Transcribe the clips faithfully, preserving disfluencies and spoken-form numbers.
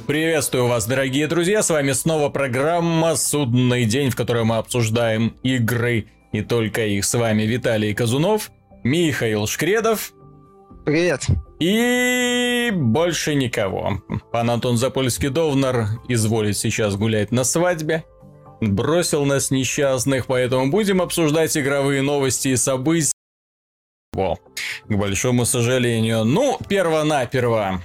Приветствую вас, дорогие друзья, с вами снова программа «Судный день», в которой мы обсуждаем игры и только их. С вами Виталий Казунов, Михаил Шкредов. Привет. И больше никого. Пан Антон Запольский-Довнар изволит сейчас гулять на свадьбе. Бросил нас несчастных, поэтому будем обсуждать игровые новости и события. О, к большому сожалению. Ну, перво-наперво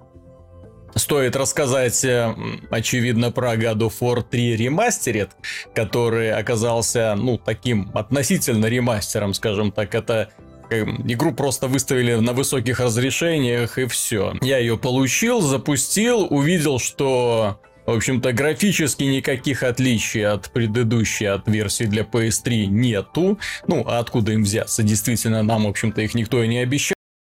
стоит рассказать, очевидно, про God of War три Remastered, который оказался, ну, таким относительно ремастером, скажем так. Это игру просто выставили на высоких разрешениях и все. Я ее получил, запустил, увидел, что, в общем-то, графически никаких отличий от предыдущей, от версии для пи эс три нету. Ну, а откуда им взяться? Действительно, нам, в общем-то, их никто и не обещал.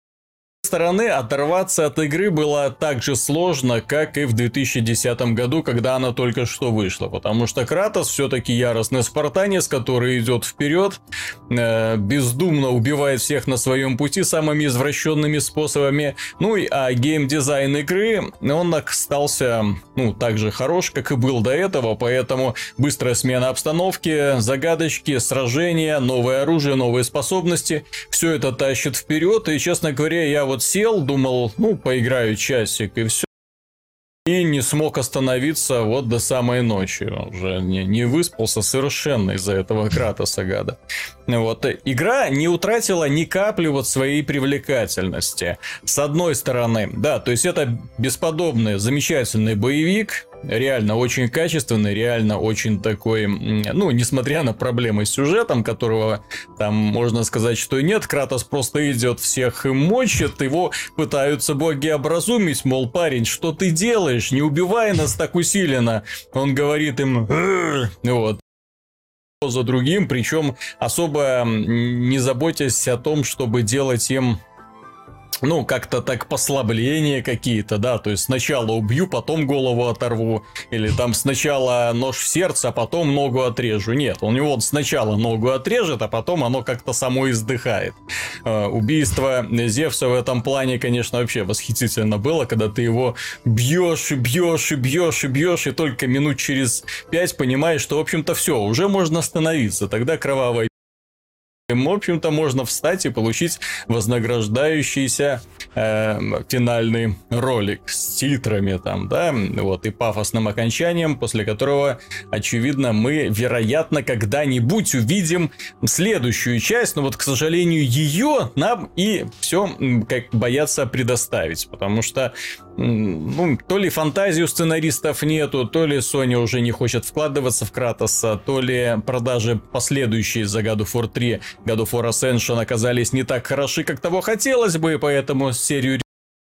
С одной стороны, оторваться от игры было так же сложно, как и в две тысячи десятом году, когда она только что вышла. Потому что Кратос все-таки яростный спартанец, который идет вперед, э, бездумно убивает всех на своем пути самыми извращенными способами. Ну и а геймдизайн игры, он остался, ну, так же хорош, как и был до этого. Поэтому быстрая смена обстановки, загадочки, сражения, новое оружие, новые способности. Все это тащит вперед. И, честно говоря, я вот сел, думал, ну, поиграю часик и все. И не смог остановиться вот до самой ночи. Уже не, не выспался совершенно из-за этого Кратоса, гада. Вот. Игра не утратила ни капли вот своей привлекательности. С одной стороны, да, то есть это бесподобный, замечательный боевик. Реально очень качественный, реально очень такой, ну, несмотря на проблемы с сюжетом, которого там можно сказать, что и нет, Кратос просто идет, всех и мочит, его пытаются боги образумить, мол, парень, что ты делаешь, не убивай нас так усиленно. Он говорит им, вот, за другим, причем особо не заботясь о том, чтобы делать им, ну, как-то так послабления какие-то, да, то есть сначала убью, потом голову оторву, или там сначала нож в сердце, а потом ногу отрежу. Нет, у него сначала ногу отрежет, а потом оно как-то само издыхает. Убийство Зевса в этом плане, конечно, вообще восхитительно было, когда ты его бьешь, и бьешь, и бьешь, и бьешь, и только минут через пять понимаешь, что, в общем-то, все, уже можно остановиться, тогда кровавая. В общем-то, можно встать и получить вознаграждающийся э, финальный ролик с титрами там, да, вот, и пафосным окончанием, после которого, очевидно, мы, вероятно, когда-нибудь увидим следующую часть, но вот, к сожалению, ее нам и все, как боятся предоставить, потому что, ну, то ли фантазии у сценаристов нету, то ли Sony уже не хочет вкладываться в Кратоса, то ли продажи последующие за God of War три, God of War Ascension оказались не так хороши, как того хотелось бы, и поэтому серию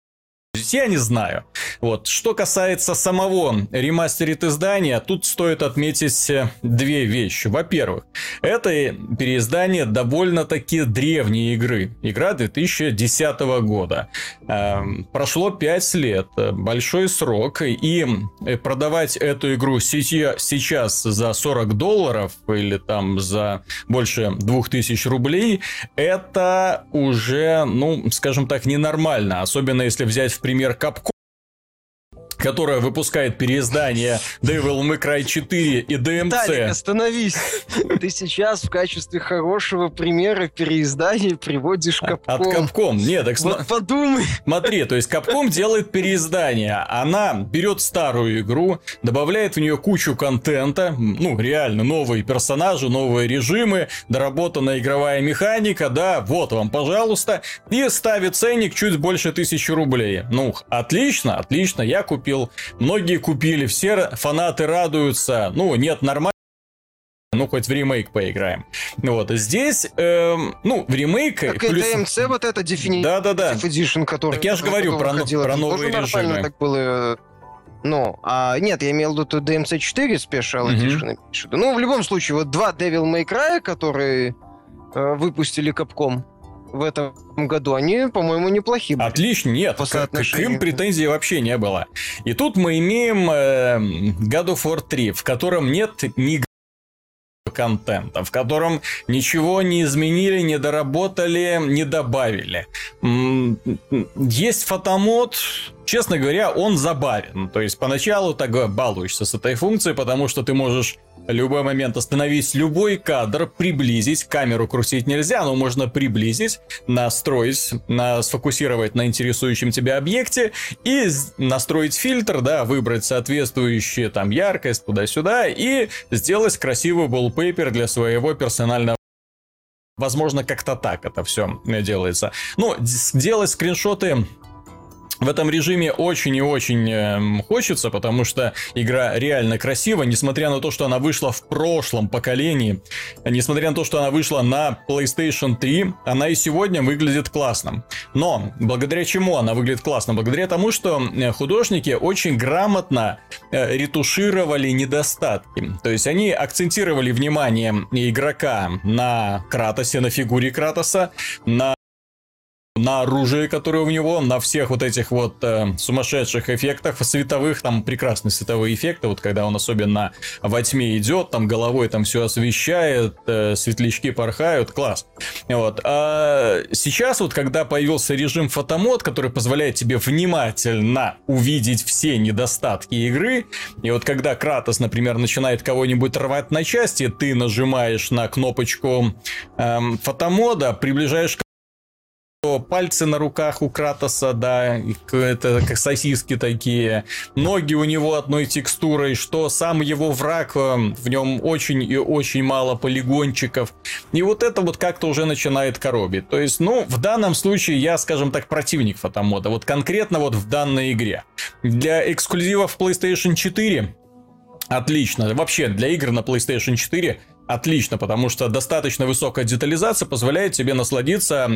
я не знаю. Вот. Что касается самого ремастерит издания, тут стоит отметить две вещи. Во-первых, это переиздание довольно-таки древней игры. Игра две тысячи десятого года. Эм, прошло пять лет. Большой срок. И продавать эту игру сейчас за сорок долларов или там за больше двух тысяч рублей, это уже, ну, скажем так, ненормально. Особенно если взять в пример Capcom, которая выпускает переиздание Devil May Cry четыре и ди эм си. Виталик, остановись. Ты сейчас в качестве хорошего примера переиздания приводишь Capcom. От Capcom. Нет, так вот см... подумай. Смотри, то есть Capcom делает переиздание. Она берет старую игру, добавляет в нее кучу контента, ну, реально, новые персонажи, новые режимы, доработанная игровая механика, да, вот вам, пожалуйста, и ставит ценник чуть больше тысячи рублей. Ну, отлично, отлично, я купил. Многие купили, все фанаты радуются. Ну, нет, нормально. Ну, хоть в ремейк поиграем. Вот, здесь, эм, ну, в ремейк... Так плюс... и ди эм си вот это Definitive да, да, да. Edition, который... Так я же говорю про, про новые режимы. Так было... Ну, а нет, я имел в виду ди эм си четыре Special Edition. Mm-hmm. Ну, в любом случае, вот два Devil May Cry, которые э, выпустили Capcom в этом году, они, по-моему, неплохие были. Отлично, нет, к, к им претензий вообще не было. И тут мы имеем э, God of War три, в котором нет ни контента, в котором ничего не изменили, не доработали, не добавили. Есть фотомод, честно говоря, он забавен. То есть поначалу так балуешься с этой функцией, потому что ты можешь в любой момент остановить любой кадр, приблизить, камеру крутить нельзя, но можно приблизить, настроить, на, сфокусировать на интересующем тебя объекте и настроить фильтр, да, выбрать соответствующую там яркость туда-сюда и сделать красивый wallpaper для своего персонального. Возможно, как-то так это все делается. Ну, делать скриншоты в этом режиме очень и очень э, хочется, потому что игра реально красива, несмотря на то, что она вышла в прошлом поколении, несмотря на то, что она вышла на PlayStation три, она и сегодня выглядит классно. Но благодаря чему она выглядит классно? Благодаря тому, что художники очень грамотно э, ретушировали недостатки. То есть они акцентировали внимание игрока на Кратосе, на фигуре Кратоса, на на оружие, которое у него, на всех вот этих вот э, сумасшедших эффектах световых, там прекрасные световые эффекты, вот когда он особенно во тьме идет, там головой там все освещает, э, светлячки порхают, класс. Вот. А сейчас вот, когда появился режим фотомод, который позволяет тебе внимательно увидеть все недостатки игры, и вот когда Кратос, например, начинает кого-нибудь рвать на части, ты нажимаешь на кнопочку э, фотомода, приближаешь к пальцы на руках у Кратоса, да, это как сосиски такие, ноги у него одной текстурой, что сам его враг, в нем очень и очень мало полигончиков, и вот это вот как-то уже начинает коробить. То есть, ну, в данном случае я, скажем так, противник фотомода, вот конкретно вот в данной игре. Для эксклюзивов PlayStation четыре отлично, вообще для игр на PlayStation четыре отлично, потому что достаточно высокая детализация позволяет тебе насладиться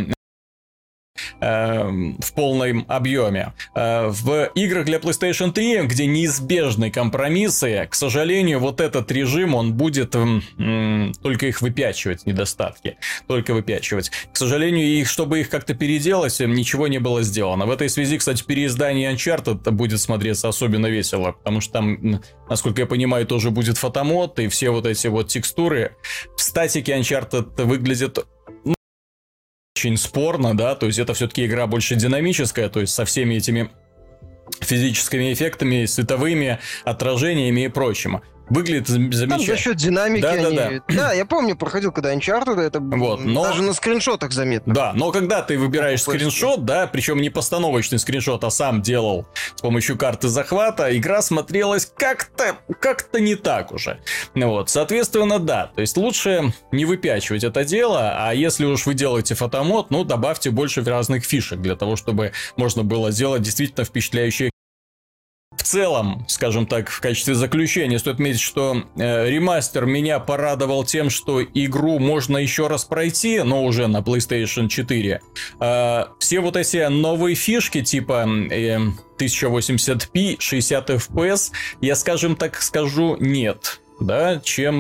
в полном объеме. В играх для PlayStation три, где неизбежны компромиссы, к сожалению, вот этот режим, он будет м, только их выпячивать, недостатки. Только выпячивать. К сожалению, их, чтобы их как-то переделать, ничего не было сделано. В этой связи, кстати, переиздание Uncharted будет смотреться особенно весело, потому что там, насколько я понимаю, тоже будет фотомод, и все вот эти вот текстуры в статике Uncharted выглядят очень спорно, да, то есть это все-таки игра больше динамическая, то есть со всеми этими физическими эффектами, световыми отражениями и прочим. Выглядит замечательно. Там за счет динамики да, они... да, да. да, я помню, проходил, когда Uncharted, это вот, но... даже на скриншотах заметно. Да, но когда ты выбираешь скриншот, да, причем не постановочный скриншот, а сам делал с помощью карты захвата, игра смотрелась как-то, как-то не так уже. Вот, соответственно, да, то есть лучше не выпячивать это дело, а если уж вы делаете фотомод, ну, добавьте больше разных фишек для того, чтобы можно было сделать действительно впечатляющие. В целом, скажем так, в качестве заключения стоит отметить, что э, ремастер меня порадовал тем, что игру можно еще раз пройти, но уже на PlayStation четыре. Э, все вот эти новые фишки типа э, тысяча восемьдесят пи, шестьдесят эф пи эс, я, скажем так, скажу нет. Да,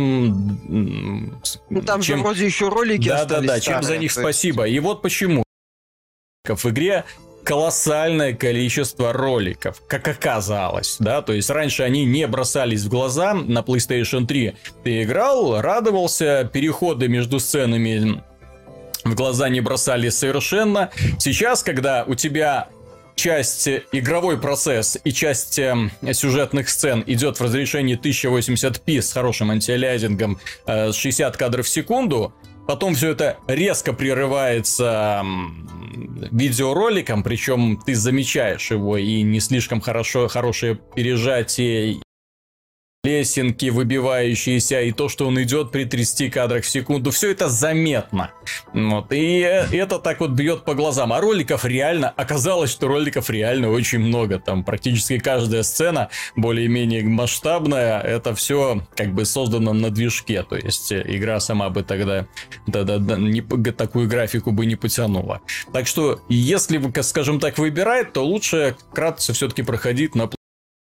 чем... Ну, там чем... же вроде еще ролики да, остались. Да-да-да, чем за них спасибо. И вот почему в игре колоссальное количество роликов, как оказалось, да, то есть раньше они не бросались в глаза. На PlayStation три ты играл, радовался, переходы между сценами в глаза не бросались совершенно. Сейчас, когда у тебя часть игровой процесс и часть э, сюжетных сцен идет в разрешении тысяча восемьдесят пи с хорошим антиалиасингом, э, шестьдесят кадров в секунду, потом все это резко прерывается видеороликом, причем ты замечаешь его и не слишком хорошо, хорошее пережатие, лесенки выбивающиеся, и то, что он идет при тридцати кадрах в секунду, все это заметно. Вот. И это так вот бьет по глазам. А роликов реально, оказалось, что роликов реально очень много. Там практически каждая сцена более-менее масштабная, это все как бы создано на движке. То есть игра сама бы тогда да, да, да, не, такую графику бы не потянула. Так что, если, скажем так, выбирать, то лучше кратко все-таки проходить на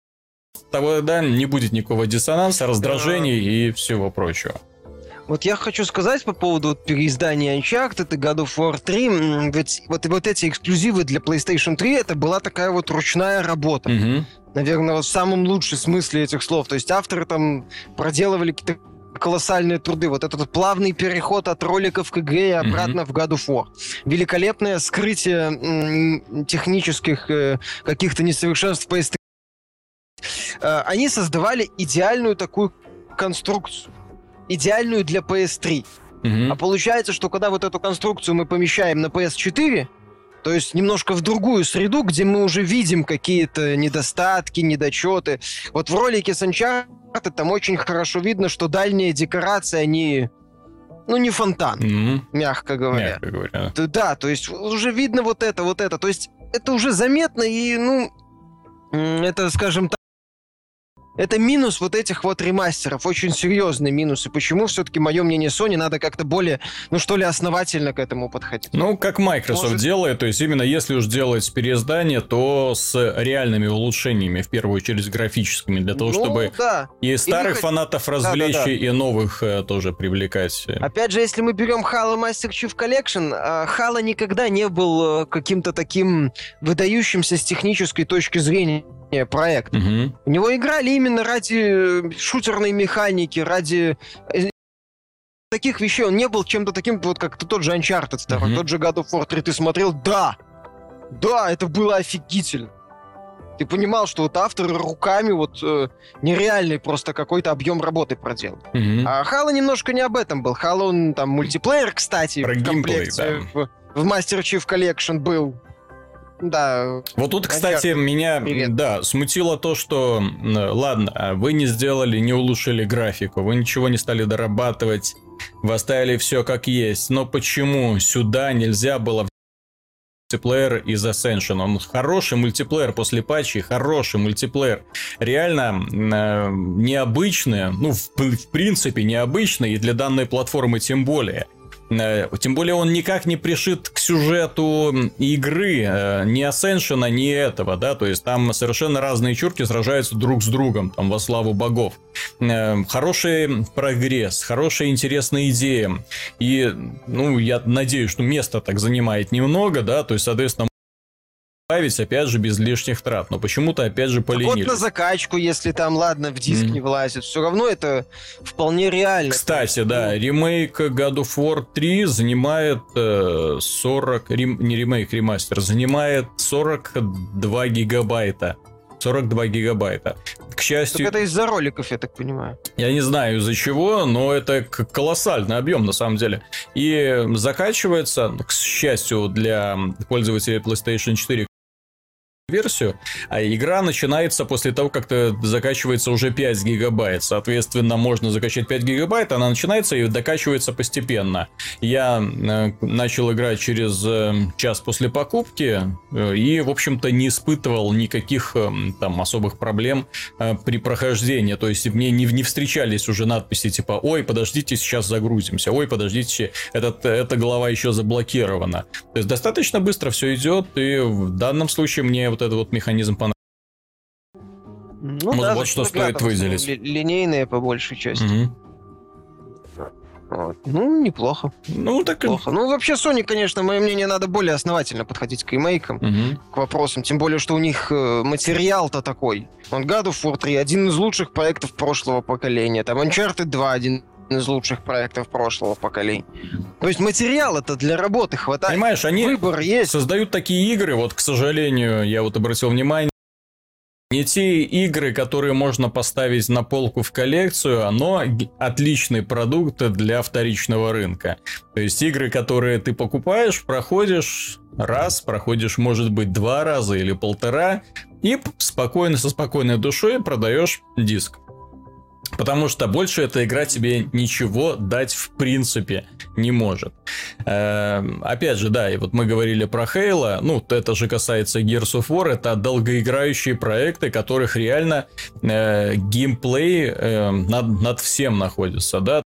тогда не будет никакого диссонанса, раздражений и всего прочего. Вот я хочу сказать по поводу вот переиздания Uncharted и God of War три, ведь вот, вот эти эксклюзивы для PlayStation три, это была такая вот ручная работа. Угу. Наверное, вот в самом лучшем смысле этих слов. То есть авторы там проделывали какие-то колоссальные труды. Вот этот плавный переход от роликов к игре и обратно mm-hmm. в God of War. Великолепное скрытие м- технических э, каких-то несовершенств пи эс три. Э, они создавали идеальную такую конструкцию. Идеальную для пи эс три. Mm-hmm. А получается, что когда вот эту конструкцию мы помещаем на пи эс четыре, то есть немножко в другую среду, где мы уже видим какие-то недостатки, недочеты. Вот в ролике с Uncharted там очень хорошо видно, что дальние декорации, они, ну, не фонтан, mm-hmm. мягко говоря. Мягко говоря. Да, то есть уже видно вот это, вот это. То есть это уже заметно, и, ну, это, скажем так, это минус вот этих вот ремастеров, очень серьезный минус. И почему все-таки, мое мнение, Sony надо как-то более, ну что ли, основательно к этому подходить. Ну, как Microsoft Может... делает, то есть именно если уж делать переиздание, то с реальными улучшениями, в первую очередь графическими, для того, ну, чтобы да. и старых Или... фанатов развлечь, да, да, да. и новых э, тоже привлекать. Опять же, если мы берем Halo Master Chief Collection, э, Halo никогда не был э, каким-то таким выдающимся с технической точки зрения проект. Угу. У него играли именно ради шутерной механики, ради таких вещей. Он не был чем-то таким, вот как тот же Uncharted второй, угу. тот же God of War три. Ты смотрел, да, да, это было офигительно. Ты понимал, что вот авторы руками вот э, нереальный просто какой-то объем работы проделал. Угу. А Halo немножко не об этом был. Halo, он там мультиплеер, кстати, Про в комплекте да. в, в Master Chief Collection был. Да. Вот тут, кстати, меня Привет. да, смутило то, что, ладно, вы не сделали, не улучшили графику, вы ничего не стали дорабатывать, вы оставили все как есть, но почему сюда нельзя было мультиплеер из Ascension? Он хороший мультиплеер после патчей, хороший мультиплеер, реально э, необычный, ну, в, в принципе, необычный, и для данной платформы тем более. Тем более он никак не пришит к сюжету игры, ни Ascension, ни этого, да, то есть там совершенно разные чурки сражаются друг с другом, там, во славу богов. Хороший прогресс, хорошая интересная идея, и, ну, я надеюсь, что место так занимает немного, да, то есть, соответственно, добавить, опять же, без лишних трат. Но почему-то, опять же, поленились. Вот на закачку, если там, ладно, в диск mm. не влазит, все равно это вполне реально. Кстати, да, ремейк God of War три занимает э, сорок... Рем, не ремейк, ремастер. Занимает сорок два гигабайта. сорок два гигабайта. К счастью... Так это из-за роликов, я так понимаю. Я не знаю из-за чего, но это колоссальный объем на самом деле. И закачивается, к счастью, для пользователей PlayStation четыре версию, а игра начинается после того, как закачивается уже пять гигабайт. Соответственно, можно закачать пять гигабайт, она начинается и докачивается постепенно. Я э, начал играть через э, час после покупки э, и, в общем-то, не испытывал никаких э, там особых проблем э, при прохождении. То есть мне не, не встречались уже надписи типа «Ой, подождите, сейчас загрузимся», «Ой, подождите, этот, эта глава еще заблокирована». То есть достаточно быстро все идет, и в данном случае мне вот этот вот механизм понравился. Ну, вот, да, вот что стоит выделить. Ли- линейные по большей части. Угу. Вот. Ну, неплохо. Ну, так... Неплохо. Ну, вообще, Sony, конечно, мое мнение, надо более основательно подходить к ремейкам, угу. к вопросам. Тем более, что у них э, материал-то такой. Он God of War три, один из лучших проектов прошлого поколения. Там Uncharted два, один из лучших проектов прошлого поколения. То есть материал это для работы хватает. Понимаешь, они Выбор есть. Создают такие игры, вот, к сожалению, я вот обратил внимание, не те игры, которые можно поставить на полку в коллекцию, но отличный продукт для вторичного рынка. То есть игры, которые ты покупаешь, проходишь раз, проходишь, может быть, два раза или полтора, и спокойно, со спокойной душой продаешь диск. Потому что больше эта игра тебе ничего дать в принципе не может. Э, опять же, да, и вот мы говорили про Halo, ну, это же касается Gears of War, это долгоиграющие проекты, которых реально э, геймплей э, над, над всем находится, да.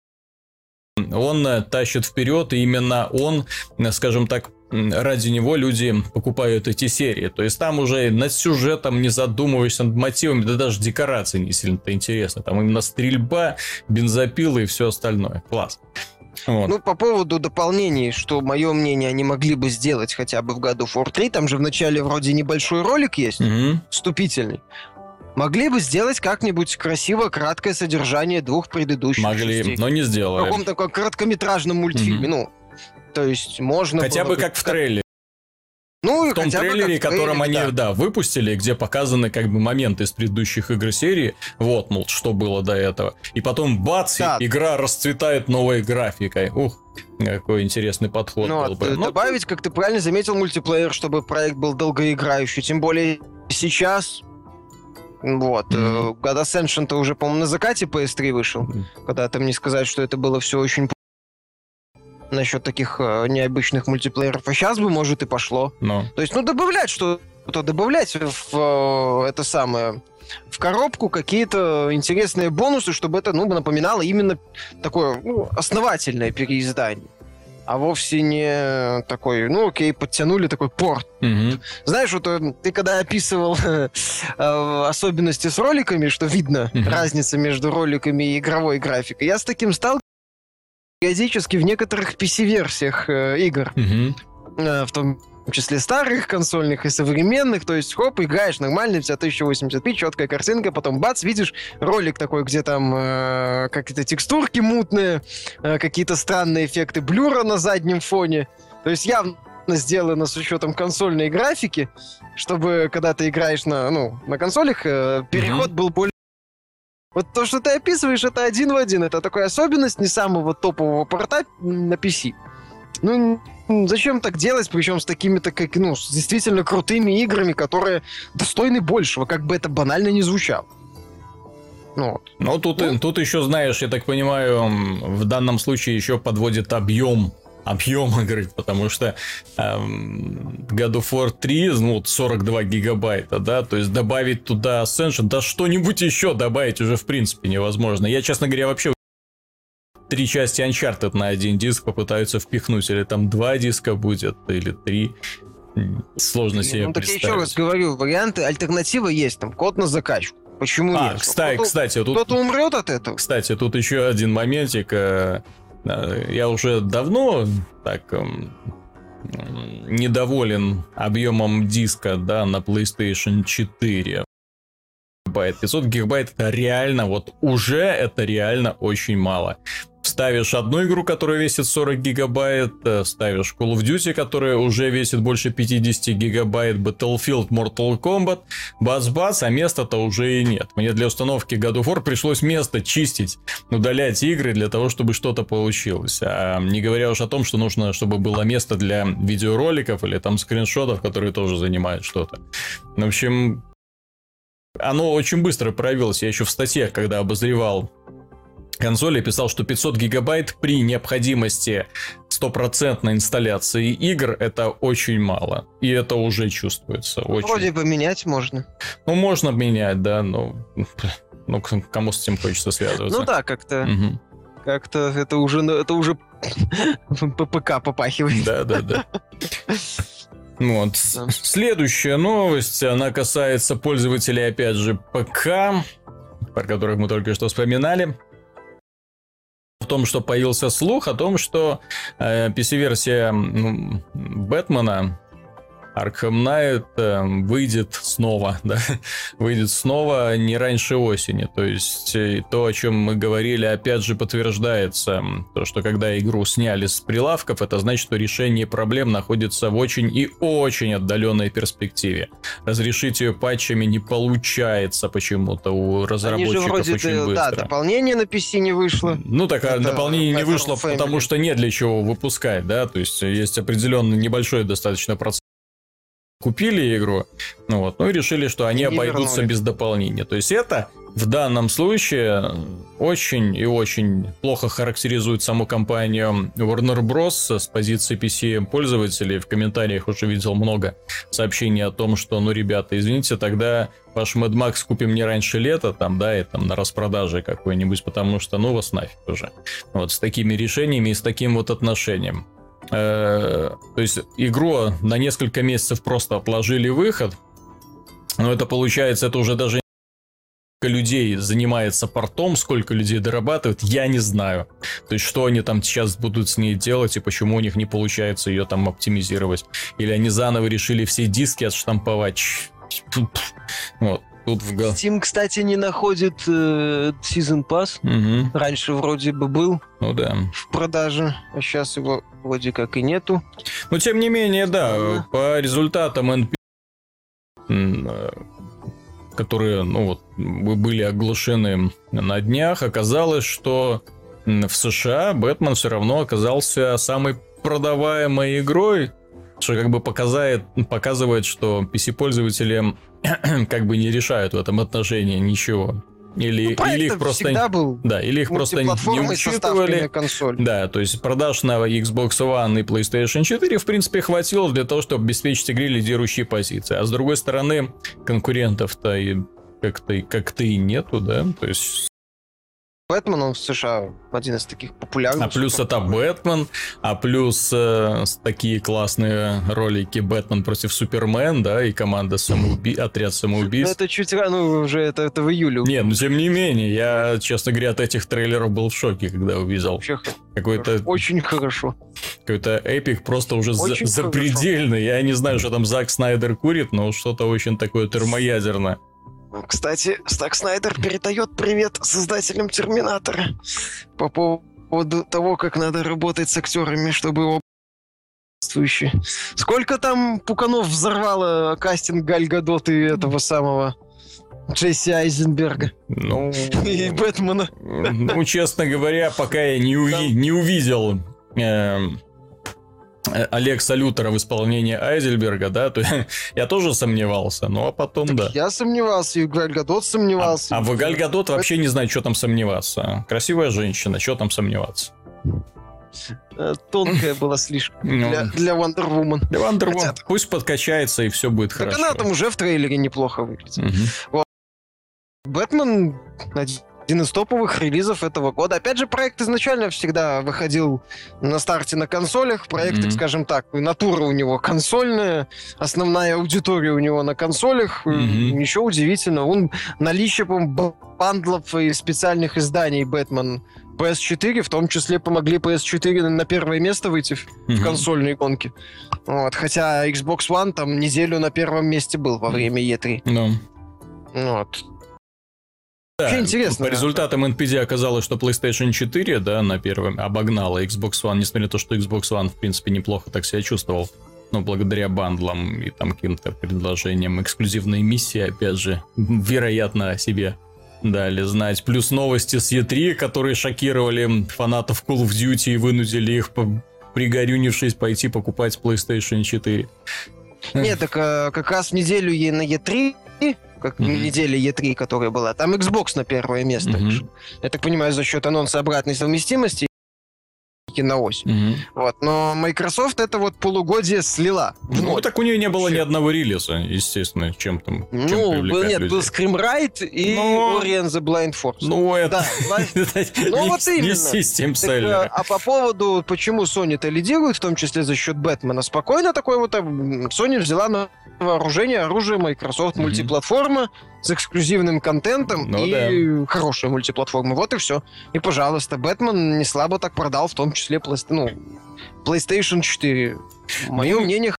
Он тащит вперед, и именно он, скажем так, ради него люди покупают эти серии. То есть там уже над сюжетом не задумываешься, над мотивами, да даже декорации не сильно-то интересно. Там именно стрельба, бензопилы и все остальное. Класс. Вот. Ну, по поводу дополнений, что, мое мнение, они могли бы сделать хотя бы в God of War три, там же в начале вроде небольшой ролик есть, угу. вступительный. Могли бы сделать как-нибудь красиво краткое содержание двух предыдущих Могли, частей. но не сделали. В каком-то таком короткометражном мультфильме. Mm-hmm. Ну, то есть можно Хотя было бы как в трейлере. Ну, в том трейлере, как в котором трейлере, они, да. да, выпустили, где показаны как бы моменты из предыдущих игр серии, вот, мол, что было до этого. И потом, бац, да. игра расцветает новой графикой. Ух, какой интересный подход ну, был бы. Ну, добавить, как ты правильно заметил, мультиплеер, чтобы проект был долгоиграющий. Тем более сейчас... Вот. Mm-hmm. God Ascension-то уже, по-моему, на закате пи эс три вышел. Mm-hmm. Когда там не сказать, что это было все очень... насчет таких э, необычных мультиплееров. А сейчас бы, может, и пошло. No. То есть, ну, добавлять что-то, добавлять в э, это самое... в коробку какие-то интересные бонусы, чтобы это, ну, напоминало именно такое, ну, основательное переиздание. А вовсе не такой, ну, окей, подтянули такой порт. Mm-hmm. Знаешь, вот ты когда описывал э, особенности с роликами, что видно mm-hmm. разница между роликами и игровой графикой, я с таким стал периодически в некоторых пи си-версиях э, игр. Mm-hmm. Э, в том числе старых консольных и современных, то есть, хоп, играешь нормально, у тебя тысяча восемьдесят пи, четкая картинка, потом бац, видишь ролик такой, где там э, какие-то текстурки мутные, э, какие-то странные эффекты блюра на заднем фоне. То есть явно сделано с учетом консольной графики, чтобы, когда ты играешь на, ну, на консолях, э, переход mm-hmm. был более... Вот то, что ты описываешь, это один в один. Это такая особенность не самого топового порта на пи си. Ну, зачем так делать, причем с такими-то, как, ну, с действительно крутыми играми, которые достойны большего, как бы это банально не звучало. Ну, вот. Ну, тут, ну, тут еще, знаешь, я так понимаю, в данном случае еще подводит объем, объем игры, потому что эм, God of War три, ну, сорок два гигабайта, да, то есть добавить туда Ascension, да что-нибудь еще добавить уже в принципе невозможно. Я, честно говоря, вообще три части Uncharted на один диск попытаются впихнуть, или там два диска будет, или три. Сложно себе ну, так представить. я еще раз говорю, варианты, альтернатива есть, там, код на закачку. Почему а, нет? Кстати, кто-то, кстати, тут... кто-то умрет от этого. Кстати, тут еще один моментик. Я уже давно так недоволен объемом диска, да, на PlayStation четыре. пятьсот гигабайт это реально, вот уже это реально очень мало. Ставишь одну игру, которая весит сорок гигабайт, ставишь Call of Duty, которая уже весит больше пятьдесят гигабайт, Battlefield, Mortal Kombat, бац-бац, а места-то уже и нет. Мне для установки God of War пришлось место чистить, удалять игры для того, чтобы что-то получилось. А не говоря уж о том, что нужно, чтобы было место для видеороликов или там скриншотов, которые тоже занимают что-то. В общем, оно очень быстро проявилось. Я еще в статьях, когда обозревал консоли, писал, что пятьсот гигабайт при необходимости стопроцентной инсталляции игр это очень мало. И это уже чувствуется. Очень. Вроде поменять можно. Ну, можно менять, да, но ну, кому с этим хочется связываться? Ну да, как-то. Угу. Как-то это уже, это уже по ПК попахивает. Да, да, да. Вот. Да. Следующая новость, она касается пользователей, опять же, ПК, про которых мы только что вспоминали. В том, что появился слух о том, что э, пи си-версия ну, Бэтмена Arkham Knight э, выйдет снова, да, выйдет снова не раньше осени. То есть э, то, о чем мы говорили, опять же подтверждается. То, что когда игру сняли с прилавков, это значит, что решение проблем находится в очень и очень отдаленной перспективе. Разрешить ее патчами не получается почему-то у разработчиков вроде очень ты, быстро. Да, дополнение на пи си не вышло. Ну, так это дополнение не вышло, Family. Потому что нет для чего выпускать, да, то есть есть определенный небольшой достаточно процент. Купили игру, ну вот, ну и решили, что они и обойдутся вернули. Без дополнения. То есть это в данном случае очень и очень плохо характеризует саму компанию Warner Bros. С позиции пи си-пользователей. В комментариях уже видел много сообщений о том, что, ну, ребята, извините, тогда ваш Mad Max купим не раньше лета, там, да, и там на распродаже какой-нибудь, потому что, ну, вас нафиг уже. Вот с такими решениями и с таким вот отношением. То есть игру на несколько месяцев просто отложили выход. Но это получается, это уже даже сколько людей занимается портом, сколько людей дорабатывают, я не знаю. То есть что они там сейчас будут с ней делать и почему у них не получается ее там оптимизировать. Или они заново решили все диски отштамповать. Вот. тут в... гол- Steam, кстати, не находит э, Season Pass. Мгм. Раньше вроде бы был Ну да. в продаже, а сейчас его вроде как и нету. Но тем не менее, да, Ага. по результатам эн пи, м, э, которые, ну вот, бы- были оглашены на днях, оказалось, что м, в США Бэтмен все равно оказался самой продаваемой игрой, что как бы показает, показывает, что пи си-пользователи как бы не решают в этом отношении ничего. Или, Ну, проект или их просто... всегда был Да, или их просто не мультиплатформой со ставкой учитывали. на консоль. Да, то есть продаж на Xbox One и PlayStation четыре, в принципе, хватило для того, чтобы обеспечить игре лидирующие позиции. А с другой стороны, конкурентов-то и как-то, как-то и нету, да? То есть... Бэтмен, он в США один из таких популярных. А плюс это Бэтмен, а плюс э, с- такие классные ролики Бэтмен против Супермен, да, и команда самоуби... отряд Ну, самоубийц. это чуть рано, уже это, это в июле. Не, ну тем не менее, я, честно говоря, от этих трейлеров был в шоке, когда увидел. Вообще Какой-то очень хорошо. Какой-то эпик просто уже за- Очень запредельный. Я не знаю, что там Зак Снайдер курит, но что-то очень такое термоядерное. Кстати, Зак Снайдер передает привет создателям Терминатора по поводу того, как надо работать с актерами, чтобы его соответствующие. Сколько там пуканов взорвало кастинг Галь Гадот и этого самого Джесси Айзенберга Ну, и Бэтмена. ну, честно говоря, пока я не, уви- не увидел эм, э, Алекса Лютера в исполнении Айзельберга, да, то я тоже сомневался, ну а потом, Так да. я сомневался, и Галь Гадот А, сомневался. а в Галь Гадот вообще не знаю, что там сомневаться. Красивая женщина, что там сомневаться. Э, Тонкая была слишком Ну, для, для Wonder Woman. для Wonder Woman Хотя- пусть подкачается и все будет Так хорошо. она там уже в трейлере неплохо выглядит. Мгм. Бэтмен один из топовых релизов этого года. Опять же, проект изначально всегда выходил на старте на консолях. Проект, Мгм. скажем так, натура у него консольная, основная аудитория у него на консолях. Мгм. Ничего удивительного. Он наличие, по-моему, бандлов и специальных изданий Бэтмен пи эс четыре, в том числе помогли пи эс четыре на первое место выйти в, в Мгм. консольной гонке. Вот. Хотя Xbox One там неделю на первом месте был во время и три. Ну. Вот. Да, Вообще интересно. по результатам эн пи ди оказалось, что PlayStation четыре, да, на первом обогнала Xbox One, несмотря на то, что Xbox One, в принципе, неплохо так себя чувствовал. Но благодаря бандлам и там каким-то предложениям, эксклюзивные миссии, опять же, вероятно, о себе дали знать. Плюс новости с и три, которые шокировали фанатов Call of Duty и вынудили их, по- пригорюнившись, пойти покупать PlayStation четыре. Нет, так э, как раз в неделю е- на и три, как Мгм. неделя и три, которая была, там Xbox на первое место. Мгм. вышел. Я так понимаю, за счет анонса обратной совместимости и на ось. Мгм. Вот. Но Microsoft это вот полугодие слила. в Ну, ноль. так у нее не было ни Вообще. одного релиза, естественно, чем там чем Ну, был, привлекать нет, людей. был Screamrite и Но- Ori and the Blind Force. Ну, это... Да, два- это Ну, не- вот не именно. систем Так, э, селлера. а по поводу, почему Sony-то лидирует, в том числе за счет Бэтмена, спокойно такой вот м, Sony взяла на вооружение оружие Microsoft, Мгм. мультиплатформа с эксклюзивным контентом Ну и хорошая мультиплатформа. Вот и все. И, пожалуйста, Бэтмен не слабо так продал, в том числе Playsta- ну, PlayStation четыре. Мое Ну, мнение...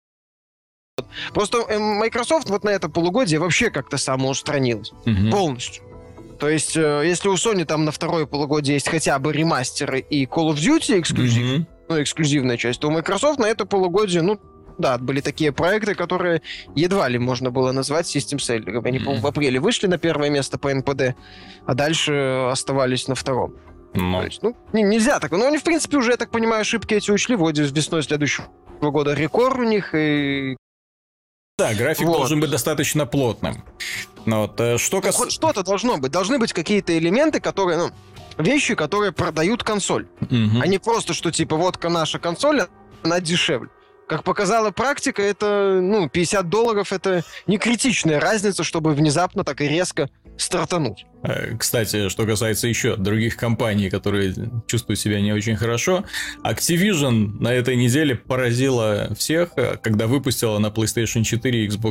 Просто э, Microsoft вот на это полугодие вообще как-то самоустранилась. Мгм. Полностью. То есть, э, если у Sony там на второе полугодие есть хотя бы ремастеры и Call of Duty эксклюзив, Мгм. ну, эксклюзивная часть, то у Microsoft на это полугодие, ну, да, были такие проекты, которые едва ли можно было назвать систем-селлерами. Они, по-моему, в апреле вышли на первое место по эн пи ди, а дальше оставались на втором. Ну, То есть, ну, не- нельзя так. Но они, в принципе, уже, я так понимаю, ошибки эти учли. Вроде весной следующего года рекорд у них, и да, график Вот. должен быть достаточно плотным. Но вот, э, что хоть касается... что-то должно быть. Должны быть какие-то элементы, которые, ну, вещи, которые продают консоль. А не просто, что типа, вот наша консоль, она дешевле. Как показала практика, это, ну, пятьдесят долларов это не критичная разница, чтобы внезапно так и резко стартануть. Кстати, что касается еще других компаний, которые чувствуют себя не очень хорошо, Activision на этой неделе поразила всех, когда выпустила на PlayStation четыре и Xbox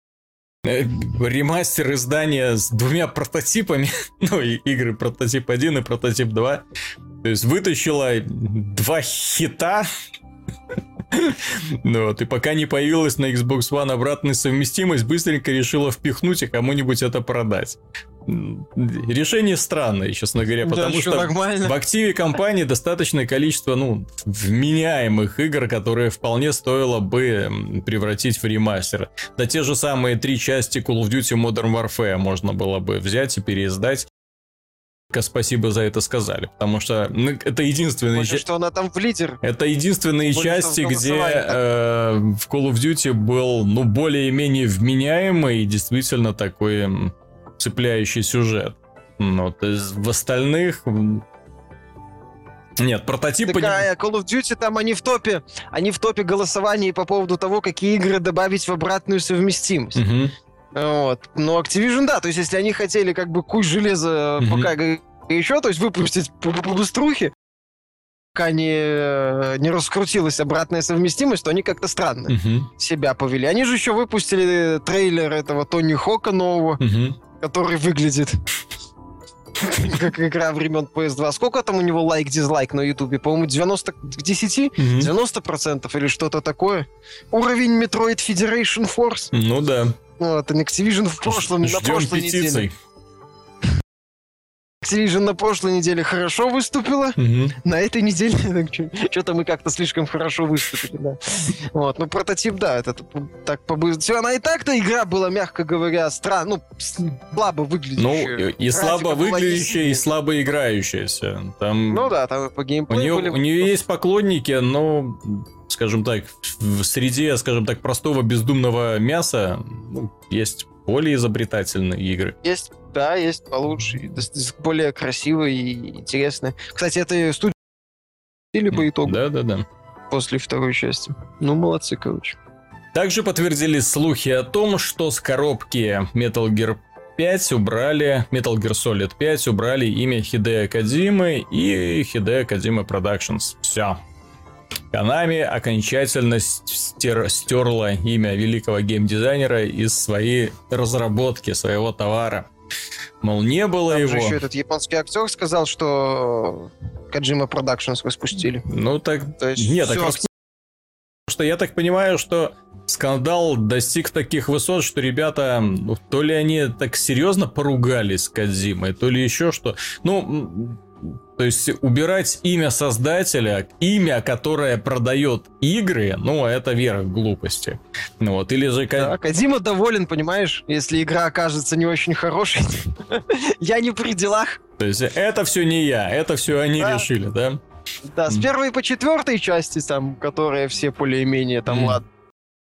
э, ремастер издания с двумя прототипами, ну и игры прототип один и прототип два. То есть вытащила два хита Ну вот, и пока не появилась на Xbox One обратная совместимость, быстренько решила впихнуть и кому-нибудь это продать. Решение странное, честно говоря, потому да, что нормально. В активе компании достаточное количество, ну, вменяемых игр, которые вполне стоило бы превратить в ремастер. Да те же самые три части Call of Duty Modern Warfare можно было бы взять и переиздать. Спасибо за это сказали, потому что ну, это единственные части, что она там в лидер. Это единственные Более части, где э, в Call of Duty был, ну, более-менее вменяемый и действительно такой цепляющий сюжет. Ну, то есть в остальных... Нет, прототип... Такая, Call of Duty, там они в топе, они в топе голосований по поводу того, какие игры добавить в обратную совместимость. Угу. Вот. Но Activision, да, то есть если они хотели как бы кусь железа mm-hmm. пока еще, то есть выпустить по, по, по быструхе, пока не, не раскрутилась обратная совместимость, то они как-то странно mm-hmm. себя повели. Они же еще выпустили трейлер этого Тони Хока нового, mm-hmm. который выглядит как игра времен пи эс два. Сколько там у него лайк-дизлайк на Ютубе? По-моему, девяносто к десяти? Mm-hmm. девяносто процентов или что-то такое. Уровень Metroid Federation Force. Ну да. Вот, Activision в прошлом, Ждем на прошлой петиций. неделе. Activision на прошлой неделе хорошо выступила, угу. на этой неделе что-то мы как-то слишком хорошо выступили, да. Вот, ну прототип, да, это так побыстрее. Она и так-то игра была, мягко говоря, странно, ну, слабо выглядящая. Ну, и слабо выглядящая, и слабо играющаяся. Там... Ну да, там по геймплею у нее, были... У нее есть поклонники, но... Скажем так, в среде, скажем так, простого бездумного мяса ну, есть более изобретательные игры. Есть, да, есть получше, более красивые и интересные. Кстати, это студия или по итогу? Да, да, да. После второй части. Ну, молодцы, короче. Также подтвердились слухи о том, что с коробки Metal Gear пять убрали, Metal Gear Solid пять убрали имя Хидео Кодзимы и Хидео Кодзима Productions. Все. Konami окончательно стер, стерла имя великого геймдизайнера из своей разработки, своего товара. Мол, не было Там его. Же еще этот японский актер сказал, что Kojima Productions распустили. Ну так... То есть нет, так распустили. Потому что я так понимаю, что скандал достиг таких высот, что ребята, ну, то ли они так серьезно поругались с Кодзимой, то ли еще что. Ну... То есть убирать имя создателя, имя, которое продает игры, ну, это верх глупости. Ну, вот, или же... Да, Кодзима доволен, понимаешь, если игра окажется не очень хорошей. Я не при делах. То есть это все не я, это все они да. решили, да? Да, с первой по четвертой части, там, которые все более-менее, там, mm. ладно,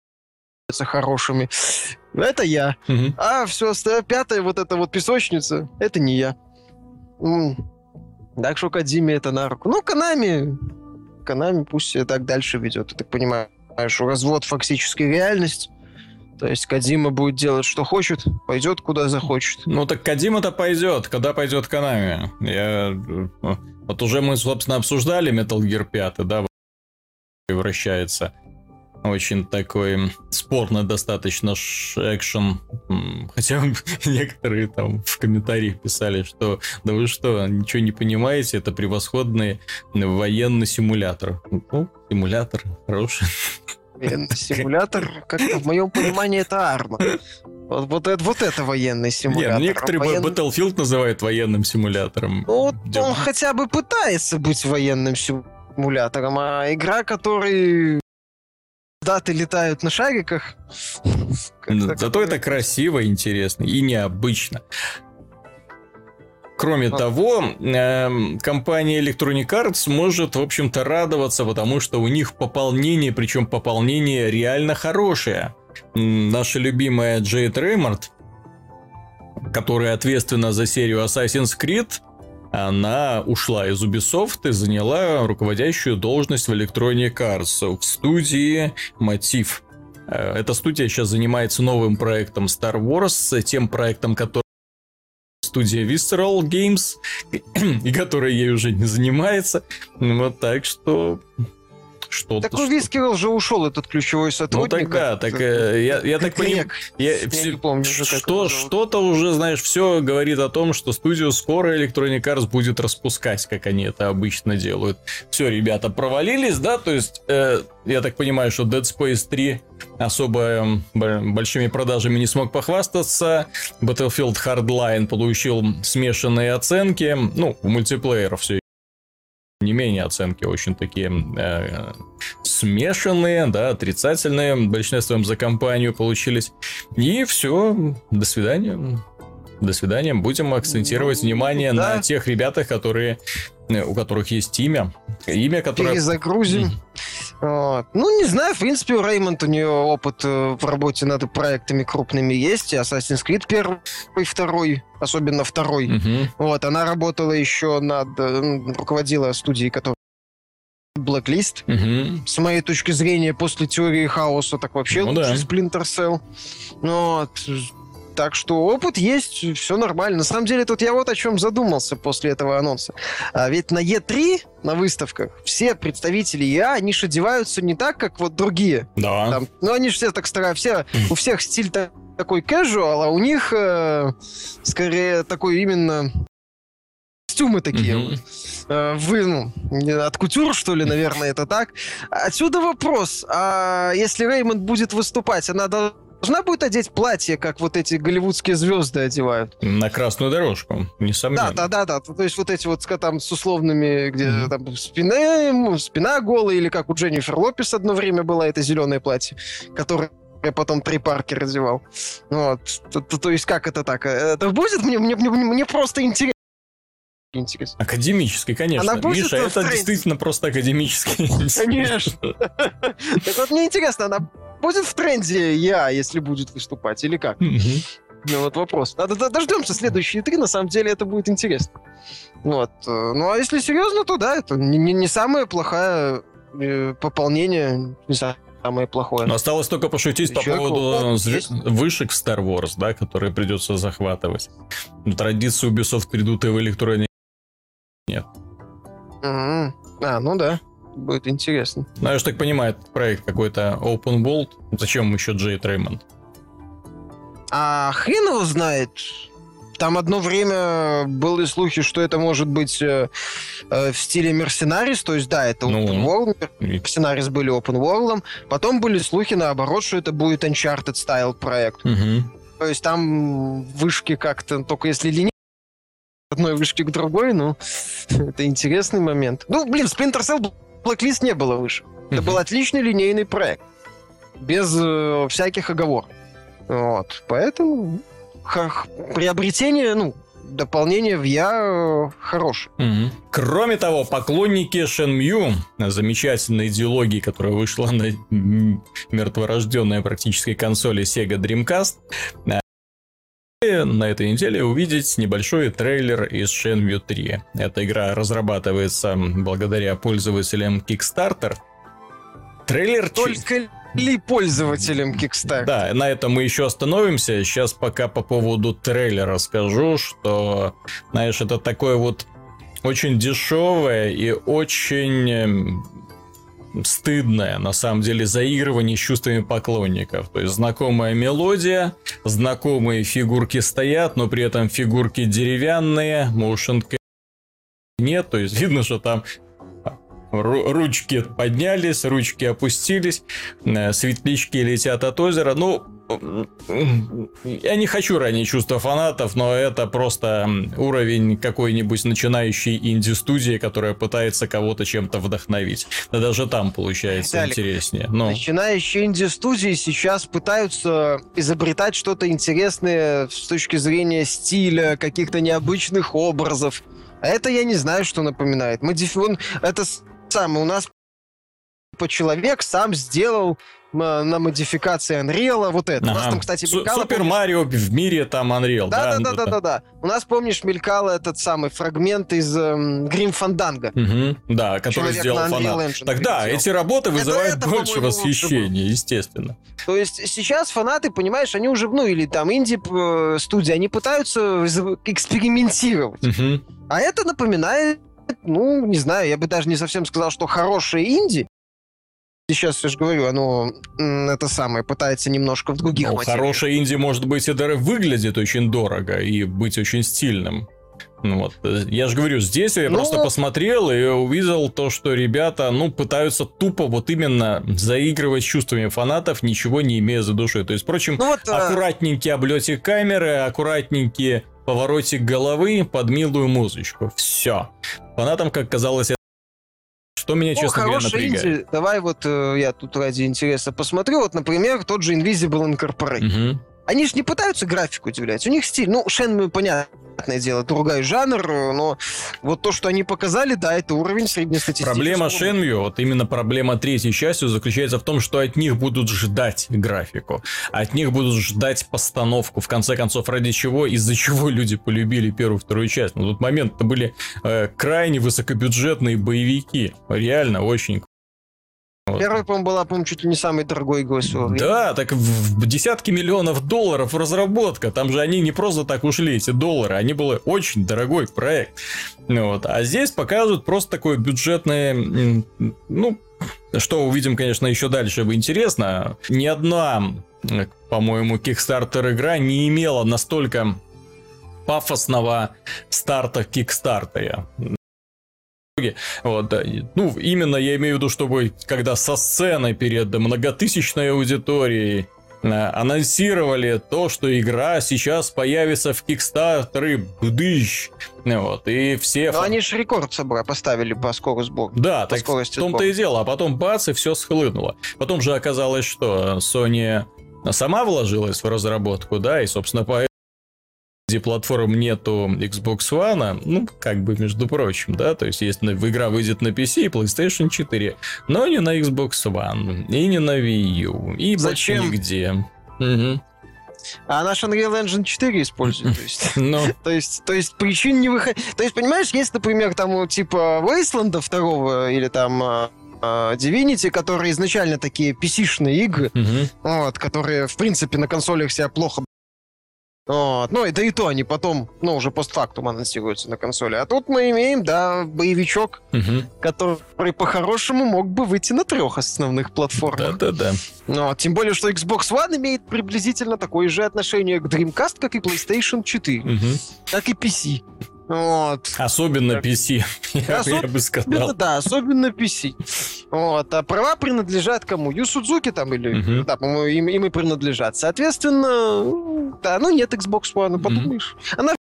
хорошими, это я. Mm-hmm. А все, пятая вот эта вот песочница, это не я. М-м. Так что Кодзиме это на руку. Ну, Konami, Konami пусть так дальше ведет. Ты так понимаешь, что развод фактически реальность. То есть Кодзима будет делать, что хочет, пойдет, куда захочет. Ну, так Кодзима-то пойдет, когда пойдет Konami. Я... Вот уже мы, собственно, обсуждали Metal Gear пять, да, вращается. Очень такой спорный достаточно экшен. Хотя некоторые там в комментариях писали, что да вы что, ничего не понимаете, это превосходный военный симулятор. Ну, симулятор хороший. Военный симулятор, как-то в моем понимании, это арма. Вот, вот, это, вот это военный симулятор. Нет, некоторые воен... Battlefield называют военным симулятором. Ну, вот он хотя бы пытается быть военным симулятором, а игра, которая... Даты летают на шариках. Зато это красиво, интересно и необычно. Кроме а. того, э, компания Electronic Arts может, в общем-то, радоваться, потому что у них пополнение, причем пополнение реально хорошее. Наша любимая Джейд Реймонд, которая ответственна за серию Assassin's Creed, она ушла из Ubisoft и заняла руководящую должность в Electronic Arts в студии Motive. Эта студия сейчас занимается новым проектом Star Wars, тем проектом, который студия Visceral Games, и которая ей уже не занимается. Вот так что что-то... Так у Вискерл же ушел этот ключевой сотрудник. Ну тогда, так э, я, я так понимаю... Я, я все, не помню, что, что-то уже, знаешь, все говорит о том, что студию скоро Electronic Arts будет распускать, как они это обычно делают. Все, ребята, провалились, да? То есть, э, я так понимаю, что Dead Space три особо э, большими продажами не смог похвастаться. Battlefield Hardline получил смешанные оценки. Ну, у мультиплеера все не менее оценки очень такие э, смешанные, да, отрицательные большинством за компанию получились. И все, до свидания. До свидания. Будем акцентировать ну, внимание да. на тех ребятах, которые, у которых есть имя. Имя, которое... Перезагрузим. Mm-hmm. Вот. Ну, не знаю, в принципе, у Реймонд у нее опыт в работе над проектами крупными есть. И Assassin's Creed первый, второй, особенно второй. Mm-hmm. Вот, она работала еще над... руководила студией, которая Blacklist. Mm-hmm. С моей точки зрения, после теории хаоса, так вообще ну, лучше да. Splinter Cell. Вот. Так что опыт есть, все нормально. На самом деле, тут я вот о чем задумался после этого анонса. А ведь на и три, на выставках, все представители и а, они же одеваются не так, как вот другие. Да. Там, ну, они же все так стараются. Все, у всех стиль такой casual, а у них э, скорее такой именно... костюмы такие. Mm-hmm. Э, вы, ну, от кутюр, что ли, наверное, это так. Отсюда вопрос. А если Реймонд будет выступать, она должна... Должна будет одеть платье, как вот эти голливудские звезды одевают. На красную дорожку, несомненно. Да, да, да, да. То есть вот эти вот там с условными, где mm-hmm. там спина, спина голая, или как у Дженнифер Лопес одно время было это зеленое платье, которое я потом Трей Паркер одевал. Вот. То, то, то есть как это так? Это будет? Мне, мне, мне, мне просто интересно. Интересно. Академический, конечно. Миша, это действительно просто академический. Конечно. Так вот мне интересно, она будет в тренде я, если будет выступать, или как? Mm-hmm. Ну вот вопрос. Дождемся следующие три, на самом деле это будет интересно. Вот. Ну а если серьезно, то да, это не, не самое плохое э, пополнение, не самое плохое. Но осталось только пошутить по поводу зв... вышек в Star Wars, да, которые придется захватывать. Традиции Ubisoft придут и в электронике. Нет. Mm-hmm. А, ну да. Будет интересно. Ну, я же так понимаю, этот проект какой-то open world. Зачем еще Джейд Реймонд? А хрен его знает. Там одно время были слухи, что это может быть э, э, в стиле Mercenaries. То есть, да, это open ну, world. Mercenaries были open world. Потом были слухи, наоборот, что это будет Uncharted style проект. Угу. То есть, там вышки как-то, только если линейные, одной вышки к другой, ну, это интересный момент. Ну, блин, Splinter Cell Blacklist не было выше. Это uh-huh. был отличный линейный проект. Без э, всяких оговорок. Вот. Поэтому х- приобретение, ну, дополнение в я э, хорошее. Uh-huh. Кроме того, поклонники Shenmue, замечательной идеологии, которая вышла на мертворожденной практически консоли Sega Dreamcast, на этой неделе увидеть небольшой трейлер из Shenmue три. Эта игра разрабатывается благодаря пользователям Kickstarter. Трейлер... Только ли пользователям Kickstarter? Да, на этом мы еще остановимся. Сейчас пока по поводу трейлера скажу, что, знаешь, это такое вот очень дешевое и очень... стыдное, на самом деле, заигрывание с чувствами поклонников. То есть знакомая мелодия, знакомые фигурки стоят, но при этом фигурки деревянные, моушен нет, то есть видно, что там ручки поднялись, ручки опустились, светлячки летят от озера. Ну, я не хочу ранее чувства фанатов, но это просто уровень какой-нибудь начинающей инди-студии, которая пытается кого-то чем-то вдохновить. Да даже там получается Виталик, интереснее. Но... Начинающие инди-студии сейчас пытаются изобретать что-то интересное с точки зрения стиля, каких-то необычных образов. А это я не знаю, что напоминает. Модифион... Это самое у нас человек сам сделал на модификации Unreal вот это. Ага. У нас там, кстати, мелькало... Супер Марио в мире там Unreal. Да, да, да, да, да, да. У нас, помнишь, мелькал этот самый фрагмент из эм, Grim Fandango. Угу. Да, который Человек сделал фанат. Тогда эти работы вызывают это, это, больше восхищения, естественно. То есть сейчас фанаты, понимаешь, они уже, ну, или там инди-студии, они пытаются экспериментировать. Угу. А это напоминает, ну, не знаю, я бы даже не совсем сказал, что хорошие инди, сейчас, я же говорю, оно это самое, пытается немножко в других ну, материях. Хорошая инди, может быть, и выглядит очень дорого и быть очень стильным. Ну, вот. Я же говорю, здесь я ну... просто посмотрел и увидел то, что ребята, ну, пытаются тупо вот именно заигрывать с чувствами фанатов, ничего не имея за душой. То есть, впрочем, ну, вот, аккуратненький облетик камеры, аккуратненький поворотик головы под милую музычку. Все. Фанатам, как казалось, что меня, ну, честно говоря, напрягает. Инди. Давай вот э, я тут ради интереса посмотрю. Вот, например, тот же Invisible Incorporated. Угу. Они же не пытаются графику удивлять. У них стиль. Ну, Shenmue, понятное дело, другой жанр, но вот то, что они показали, да, это уровень среднестатистического. Проблема Shenmue, вот именно проблема третьей части заключается в том, что от них будут ждать графику. От них будут ждать постановку. В конце концов, ради чего, из-за чего люди полюбили первую и вторую часть. На тот момент это были э, крайне высокобюджетные боевики. Реально, очень. Первая, по-моему, была, по-моему, чуть ли не самой дорогой игрой своего времени. Да, так в десятки миллионов долларов разработка. Там же они не просто так ушли, эти доллары. Они были очень дорогой проект. Вот. А здесь показывают просто такое бюджетное... Ну, что увидим, конечно, еще дальше интересно. Ни одна, по-моему, Kickstarter игра не имела настолько пафосного старта Kickstarter. Вот, ну, именно я имею в виду, чтобы когда со сцены перед многотысячной аудиторией анонсировали то, что игра сейчас появится в Kickstarter, бдыщ, вот, и все... Но фан... они же рекорд собрали, поставили по скорости сборки. Да, по так в том-то и дело, а потом бац, и все схлынуло. Потом же оказалось, что Sony сама вложилась в разработку, да, и, собственно, по платформ нету Xbox One, ну, как бы, между прочим, да, то есть, если игра выйдет на пи си и PlayStation четыре, но не на Xbox One, и не на Wii U, и зачем? Больше нигде. Угу. А наш Unreal Engine четыре использует, то есть, no. то есть, то есть, причин не выходить. То есть, понимаешь, есть, например, там, типа, Wasteland два или там... Divinity, которые изначально такие пи си-шные игры, uh-huh. вот, которые, в принципе, на консолях себя плохо... Вот. Ну, это и то они потом, ну, уже постфактум анонсируются на консоли. А тут мы имеем, да, боевичок, uh-huh. который по-хорошему мог бы выйти на трех основных платформах. Да-да-да. Ну, тем более, что Xbox One имеет приблизительно такое же отношение к Dreamcast, как и PlayStation четыре, uh-huh. как и пи си. Вот. Особенно так. пи си, я, Особ... я бы сказал. Да, особенно пи си. Вот. А права принадлежат кому? Ю Судзуки там или... Uh-huh. Да, по-моему, им, им и принадлежат. Соответственно, да, ну нет Xbox One, подумаешь. Uh-huh. Она...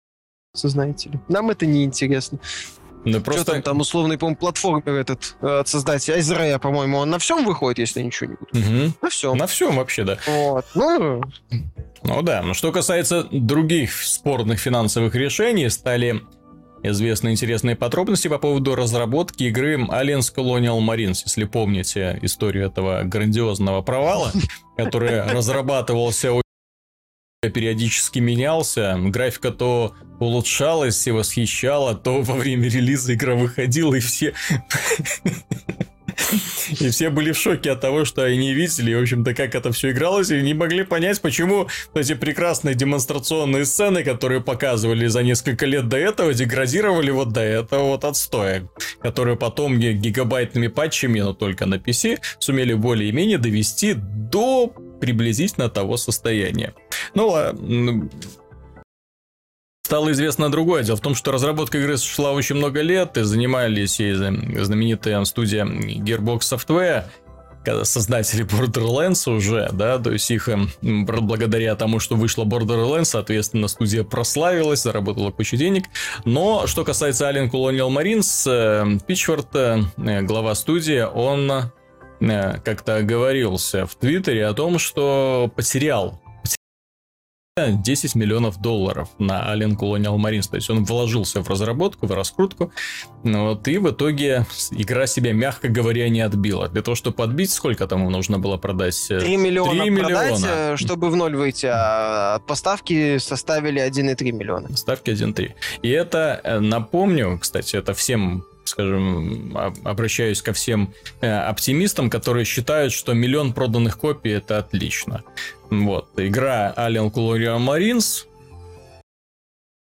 знаете ли. Нам это не интересно. Ну, просто... Что там, там условный, по-моему, платформер этот от создателя Айзерея, по-моему, он на всем выходит, если ничего не будет. Угу. На всем. На всем вообще, да. Вот. Ну... ну да, но что касается других спорных финансовых решений, стали известны интересные подробности по поводу разработки игры Aliens Colonial Marines, если помните историю этого грандиозного провала, который разрабатывался, периодически менялся, графика то улучшалась и восхищала, то во время релиза игра выходила, и все... И все были в шоке от того, что они видели, и, в общем-то, как это все игралось, и не могли понять, почему эти прекрасные демонстрационные сцены, которые показывали за несколько лет до этого, деградировали вот до этого вот отстоя, которые потом гигабайтными патчами, но только на пи си, сумели более-менее довести до приблизительно того состояния. Ну, а... стало известно другое. Дело в том, что разработка игры шла очень много лет, и занимались и знаменитая студия Gearbox Software, создатели Borderlands уже, да, то есть их благодаря тому, что вышла Borderlands, соответственно, студия прославилась, заработала кучу денег. Но что касается Alien Colonial Marines, Питчфорд, глава студии, он как-то оговорился в Твиттере о том, что потерял десять миллионов долларов на Alien Colonial Marines. То есть он вложился в разработку, в раскрутку. Вот, и в итоге игра себя, мягко говоря, не отбила. Для того, чтобы отбить, сколько там нужно было продать? три миллиона три продать, миллиона. Чтобы в ноль выйти. А поставки составили один и три миллиона. Ставки один и три. И это, напомню, кстати, это всем... скажем, обращаюсь ко всем оптимистам, которые считают, что миллион проданных копий — это отлично. Вот. Игра Alien Colonial Marines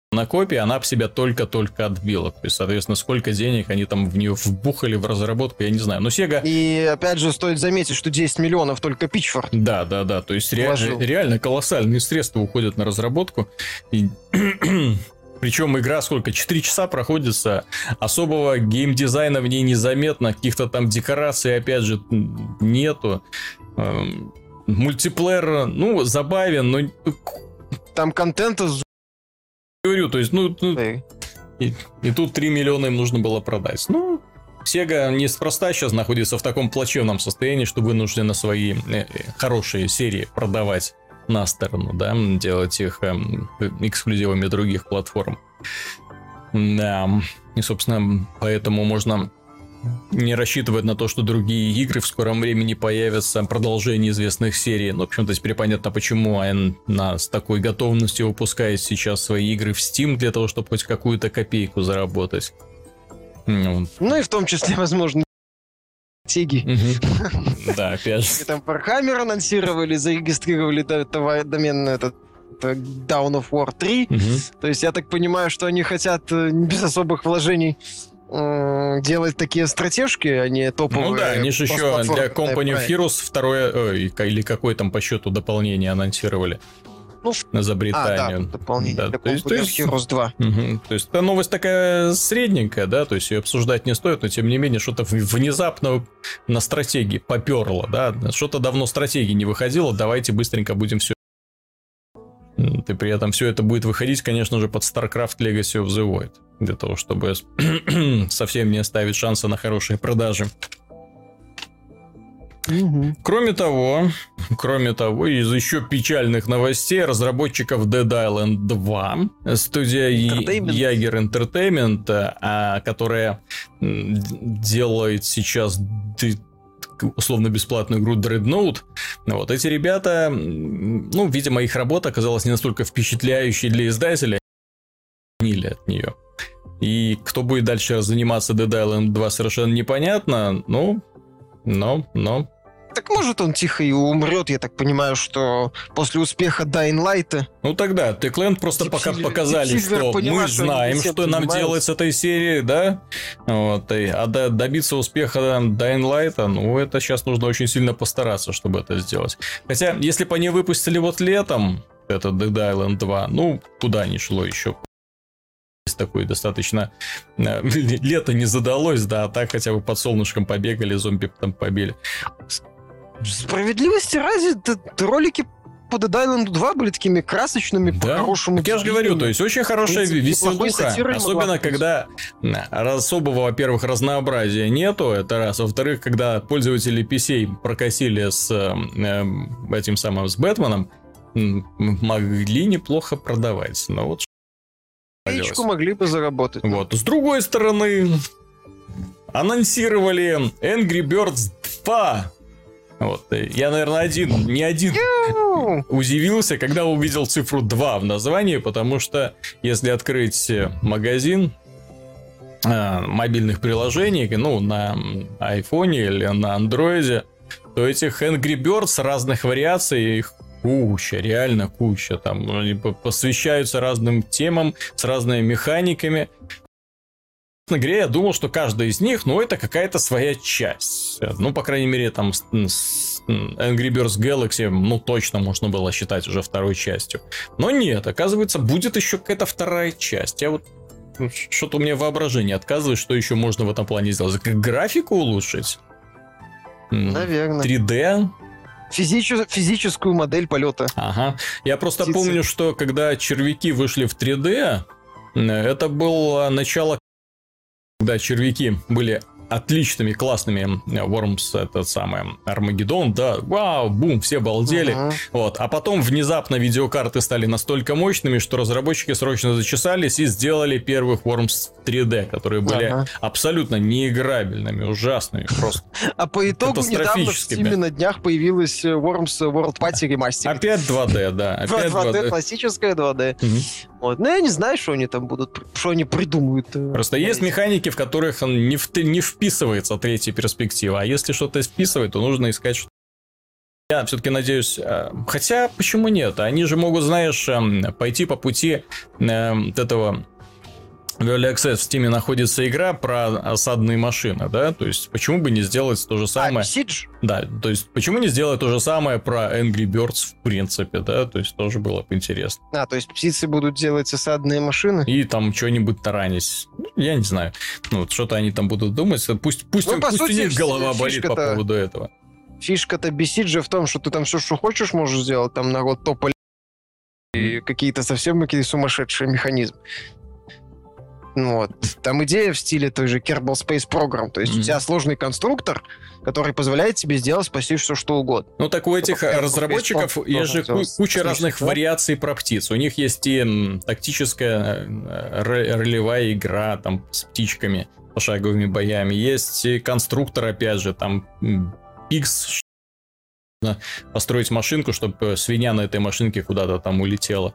на копии, она об себя только-только отбила. То есть, соответственно, сколько денег они там в нее вбухали в разработку, я не знаю. Но Sega... И опять же стоит заметить, что десять миллионов только Pitchfork. Да, да, да. То есть ре... реально колоссальные средства уходят на разработку. И... Причем игра сколько? четыре часа проходится. Особого геймдизайна в ней незаметно. Каких-то там декораций, опять же, нету. Мультиплеер, ну, забавен, но... Там контента... Говорю, то есть, ну... ну и, и тут три миллиона им нужно было продать. Ну, Sega неспроста сейчас находится в таком плачевном состоянии, что вынуждена свои э, хорошие серии продавать на сторону, да, делать их э, эксклюзивами других платформ. Да, и, собственно, поэтому можно не рассчитывать на то, что другие игры в скором времени появятся, продолжение известных серий. Ну, в общем-то, теперь понятно, почему она с такой готовностью выпускает сейчас свои игры в Steam для того, чтобы хоть какую-то копейку заработать. Ну, ну и в том числе, возможно, Теги. Да, опять же. Там Warhammer анонсировали, зарегистрировали домен этот Dawn of War три. То есть я так понимаю, что они хотят без особых вложений делать такие стратежки, а не топовые. Ну да, они же еще для Company of Heroes второе, ой, или какой там по счету дополнение анонсировали. Ну, за Британию. А, да, дополнение. Да, для то есть, Company of Heroes два. Угу, то есть, эта новость такая средненькая, да, то есть, ее обсуждать не стоит, но, тем не менее, что-то внезапно на стратегии поперло, да, что-то давно стратегии не выходило, давайте быстренько будем все... И при этом все это будет выходить, конечно же, под StarCraft Legacy of the Void, для того, чтобы совсем не оставить шанса на хорошие продажи. Угу. Кроме того, кроме того, из еще печальных новостей разработчиков Dead Island два, студия Jaeger Entertainment, которая делает сейчас условно-бесплатную игру Dreadnought, вот эти ребята, ну, видимо, их работа оказалась не настолько впечатляющей для издателя, они от нее. И кто будет дальше заниматься Dead Island два, совершенно непонятно, ну, но, но... Так может он тихо и умрет, я так понимаю, что после успеха Dying Light... Ну тогда, Techland просто Deep пока Silver, показали, Deep что поняла, мы знаем, что, что нам делать с этой серией, да? Вот, и, а до, добиться успеха Dying Light, ну это сейчас нужно очень сильно постараться, чтобы это сделать. Хотя, если бы они выпустили вот летом, это Dead Island два, ну, куда ни шло еще. Такой достаточно... Лето не задалось, да, а так хотя бы под солнышком побегали, зомби там побили. Справедливости ради, ролики по Dead Island два были такими красочными, да? По-хорошему. Так я же говорю, то есть очень хорошая веселуха, особенно когда особого, во-первых, разнообразия нету, это раз, во-вторых, когда пользователи пи си прокосили с э, этим самым, с Бэтменом, могли неплохо продавать, но вот Яичку могли бы заработать. Вот. С другой стороны, анонсировали Angry Birds два. Вот. Я, наверное, один, не один удивился, когда увидел цифру два в названии, потому что если открыть магазин э, мобильных приложений, ну, на айфоне или на андроиде, то этих Angry Birds разных вариаций, их куча, реально куча. Там они посвящаются разным темам, с разными механиками. В игре я думал, что каждая из них, ну, это какая-то своя часть. Ну, по крайней мере, там Angry Birds Galaxy, ну, точно можно было считать уже второй частью. Но нет, оказывается, будет еще какая-то вторая часть. Я вот что-то у меня воображение отказывает, что еще можно в этом плане сделать. Как графику улучшить? Наверное. три дэ? Физичес- физическую модель полета. Ага. Я просто Птицы. помню, что когда червяки вышли в три дэ, это было начало, когда червяки были отличными, классными. Worms, этот самый Армагеддон, да, вау, бум, все балдели. Uh-huh. Вот. А потом внезапно видеокарты стали настолько мощными, что разработчики срочно зачесались и сделали первых Worms три дэ, которые были uh-huh. абсолютно неиграбельными, ужасными, просто. А по итогу недавно в Steam на днях появилась Worms World Party Remastered. Опять два дэ, да. Опять два дэ, классическая два дэ. Вот. Ну, я не знаю, что они там будут, что они придумают. Просто есть механики, в которых не, в, не вписывается третья перспектива, а если что-то вписывает, то нужно искать Я все-таки надеюсь, хотя почему нет? Они же могут, знаешь, пойти по пути вот этого... В Early Access в Steam находится игра про осадные машины, да? То есть, почему бы не сделать то же самое... А, Siege? Да, то есть, почему не сделать то же самое про Angry Birds, в принципе, да? То есть, тоже было бы интересно. А, то есть, птицы будут делать осадные машины? И там что-нибудь таранить. Я не знаю. Ну, вот что-то они там будут думать. Пусть, пусть, ну, пусть сути, у них голова болит по поводу этого. Фишка-то Бесиджа в том, что ты там все, что хочешь, можешь сделать. Там народ тополь и какие-то совсем какие-то сумасшедшие механизмы. Вот. Там идея в стиле той же Kerbal Space Program. То есть mm-hmm. у тебя сложный конструктор, который позволяет тебе сделать почти все, что угодно. Ну, так у этих Kerbal разработчиков Space есть же ку- куча разных да? вариаций про птиц. У них есть и м, тактическая р- ролевая игра там с птичками, пошаговыми боями. Есть и конструктор, опять же, там Пикс, построить машинку, чтобы свинья на этой машинке куда-то там улетела.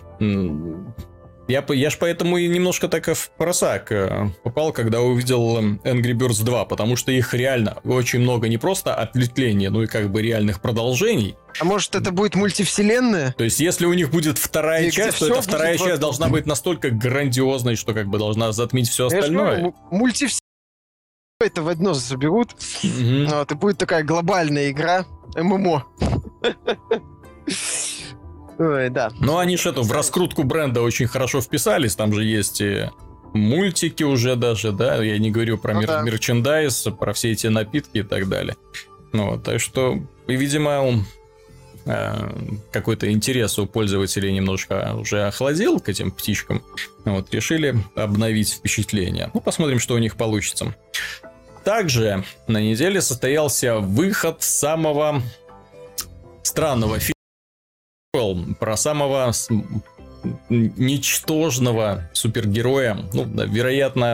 Я, я ж поэтому и немножко так в просак попал, когда увидел Angry Birds два, потому что их реально очень много не просто ответвлений, но и как бы реальных продолжений. А может, это будет мультивселенная? То есть, если у них будет вторая и часть, то эта вторая часть в... должна быть настолько грандиозной, что как бы должна затмить все остальное. Мультивселенная это в одно заберут, mm-hmm. вот, и будет такая глобальная игра эм эм о. Ой, да. Ну, они же это в раскрутку бренда очень хорошо вписались. Там же есть и мультики уже даже, да. Я не говорю про ну, мер- да. мерчендайз, про все эти напитки и так далее. Ну, вот, так что, и, видимо, э, какой-то интерес у пользователей немножко уже охладил к этим птичкам. Вот, решили обновить впечатление. Ну, посмотрим, что у них получится. Также на неделе состоялся выход самого странного фильма про самого ничтожного супергероя. Ну, да, вероятно,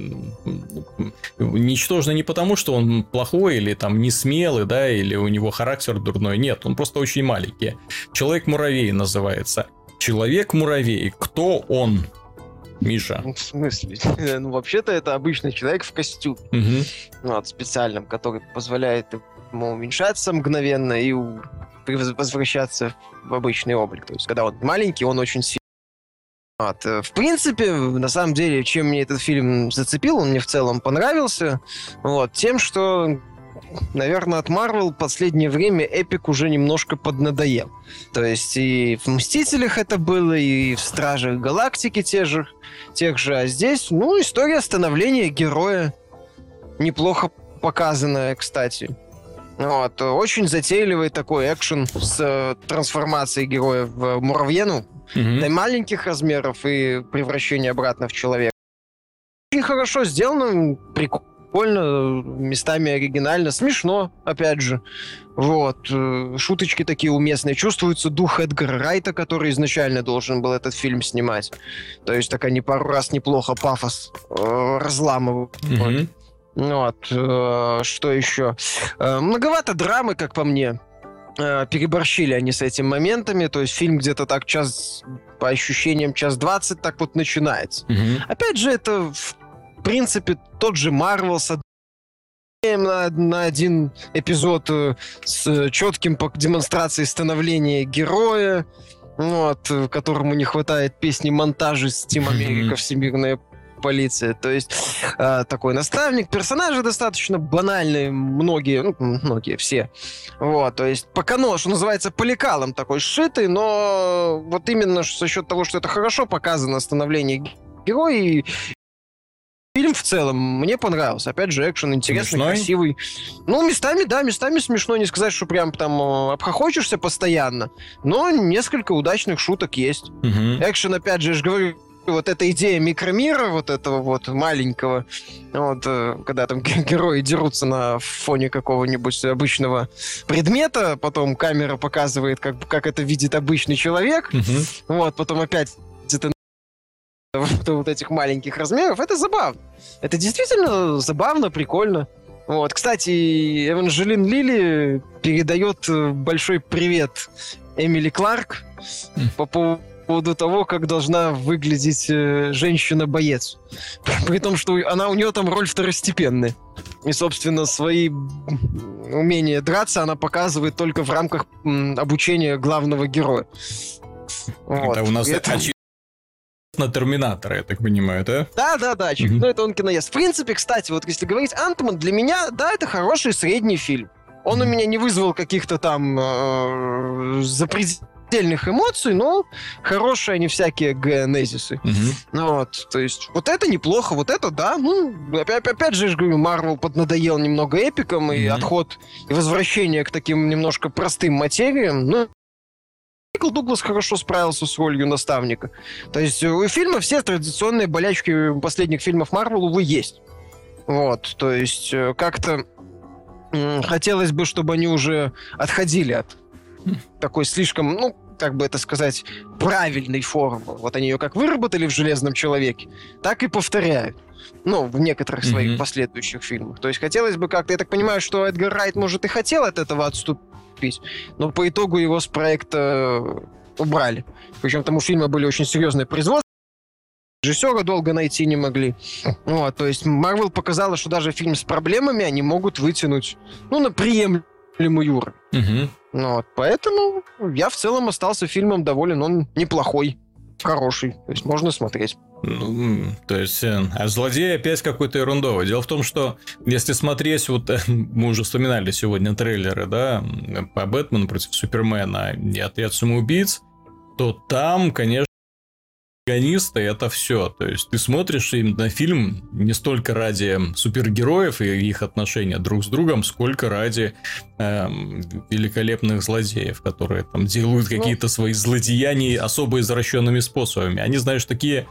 ничтожный не потому, что он плохой или там не смелый, да, или у него характер дурной. Нет, он просто очень маленький. Человек-муравей называется. Человек-муравей. Кто он? Миша. В смысле? Ну, вообще-то это обычный человек в костюме. Угу. Вот, специальном, который позволяет ему уменьшаться мгновенно и возвращаться в обычный облик. То есть, когда он маленький, он очень сильный. Вот. В принципе, на самом деле, чем мне этот фильм зацепил, он мне в целом понравился, вот, тем, что, наверное, от Marvel в последнее время эпик уже немножко поднадоел. То есть и в «Мстителях» это было, и в «Стражах Галактики» те же, тех же, а здесь, ну, история становления героя неплохо показанная, кстати. Вот. Очень затейливый такой экшен с э, трансформацией героя в муравьену, mm-hmm. до маленьких размеров и превращения обратно в человека. Очень хорошо сделано, прикольно, местами оригинально, смешно, опять же. Вот. Шуточки такие уместные. Чувствуется дух Эдгара Райта, который изначально должен был этот фильм снимать. То есть так они пару раз неплохо пафос э, разламывают. Mm-hmm. Вот, э, что еще? Э, многовато драмы, как по мне. Э, переборщили они с этими моментами. То есть фильм где-то так час, по ощущениям, час двадцать так вот начинается. Mm-hmm. Опять же, это, в принципе, тот же Marvel с на, на один эпизод э, с четким демонстрацией становления героя, вот, которому не хватает песни монтажа с Team America, mm-hmm. всемирная полиция. То есть э, такой наставник. Персонажи достаточно банальные, многие, ну, многие, все. Вот, то есть по канону, что называется, по лекалам такой сшитый, но вот именно за счет того, что это хорошо показано становление героя, и фильм в целом мне понравился. Опять же, экшен интересный, смешной? Красивый. Ну, местами, да, местами смешно. Не сказать, что прям там обхохочешься постоянно, но несколько удачных шуток есть. Угу. Экшен, опять же, я же говорю, вот эта идея микромира, вот этого вот маленького, вот, когда там герои дерутся на фоне какого-нибудь обычного предмета, потом камера показывает, как, как это видит обычный человек, uh-huh. вот, потом опять это вот, вот этих маленьких размеров, это забавно. Это действительно забавно, прикольно. Вот, кстати, Эванжелин Лили передает большой привет Эмили Кларк uh-huh. по поводу по поводу того, как должна выглядеть э, женщина-боец. При том, что она, у нее там роль второстепенная. И, собственно, свои умение драться она показывает только в рамках м, обучения главного героя. Вот. Это у нас это... очевидно на Терминатора, я так понимаю, да? Да, да, да, очевидно, mm-hmm. это он киноест. В принципе, кстати, вот если говорить Ant-Man, для меня, да, это хороший средний фильм. Он mm-hmm. у меня не вызвал каких-то там э, запредельных эмоций, но хорошие они всякие генезисы. Mm-hmm. Вот, то есть, вот это неплохо, вот это, да, ну, опять, опять же, я же говорю, Марвел поднадоел немного эпиком, mm-hmm. и отход, и возвращение к таким немножко простым материям, ну, Майкл Дуглас хорошо справился с ролью наставника. То есть у фильма все традиционные болячки последних фильмов Марвел, увы, есть. Вот, то есть как-то м- хотелось бы, чтобы они уже отходили от такой слишком, ну, как бы это сказать, правильной формы. Вот они ее как выработали в «Железном человеке», так и повторяют. Ну, в некоторых mm-hmm. своих последующих фильмах. То есть хотелось бы как-то... Я так понимаю, что Эдгар Райт, может, и хотел от этого отступить, но по итогу его с проекта убрали. Причем тому фильма были очень серьезные производства. Режиссера долго найти не могли. Вот, то есть Марвел показала, что даже фильм с проблемами они могут вытянуть, ну, на приемлемый уровень. Угу. Вот, поэтому я в целом остался фильмом доволен. Он неплохой, хороший. То есть можно смотреть. Ну, то есть, а злодей опять какой-то ерундовый. Дело в том, что если смотреть, вот мы уже вспоминали сегодня трейлеры, да, по Бэтмену против Супермена и Отряд самоубийц, то там, конечно, антагонисты — это все. То есть ты смотришь на фильм не столько ради супергероев и их отношения друг с другом, сколько ради э, великолепных злодеев, которые там делают какие-то ну... свои злодеяния особо извращенными способами. Они, знаешь, такие...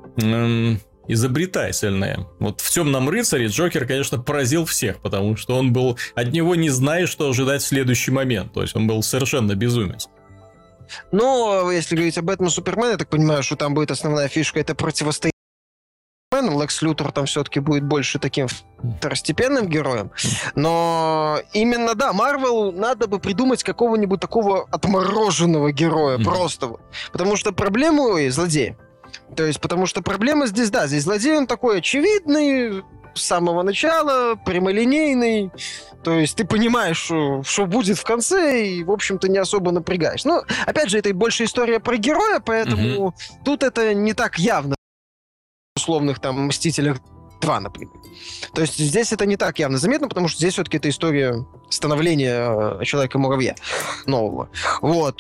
изобретательные. Вот в «Темном рыцаре» Джокер, конечно, поразил всех, потому что он был... От него не знаешь, что ожидать в следующий момент. То есть он был совершенно безумец. Ну, если говорить об этом Супермене, я так понимаю, что там будет основная фишка — это противостояние. Лекс Лютер там все-таки будет больше таким второстепенным героем. Но именно, да, Марвел надо бы придумать какого-нибудь такого отмороженного героя. Mm-hmm. Просто. Потому что проблему... Ой, злодея. То есть, потому что проблема здесь, да, здесь злодей, он такой очевидный, с самого начала, прямолинейный. То есть, ты понимаешь, что, что будет в конце, и, в общем-то, не особо напрягаешь. Ну, опять же, это больше история про героя, поэтому mm-hmm. тут это не так явно в условных там «Мстителях два», например. То есть, здесь это не так явно заметно, потому что здесь все-таки это история становления Человека-муравья нового. Вот.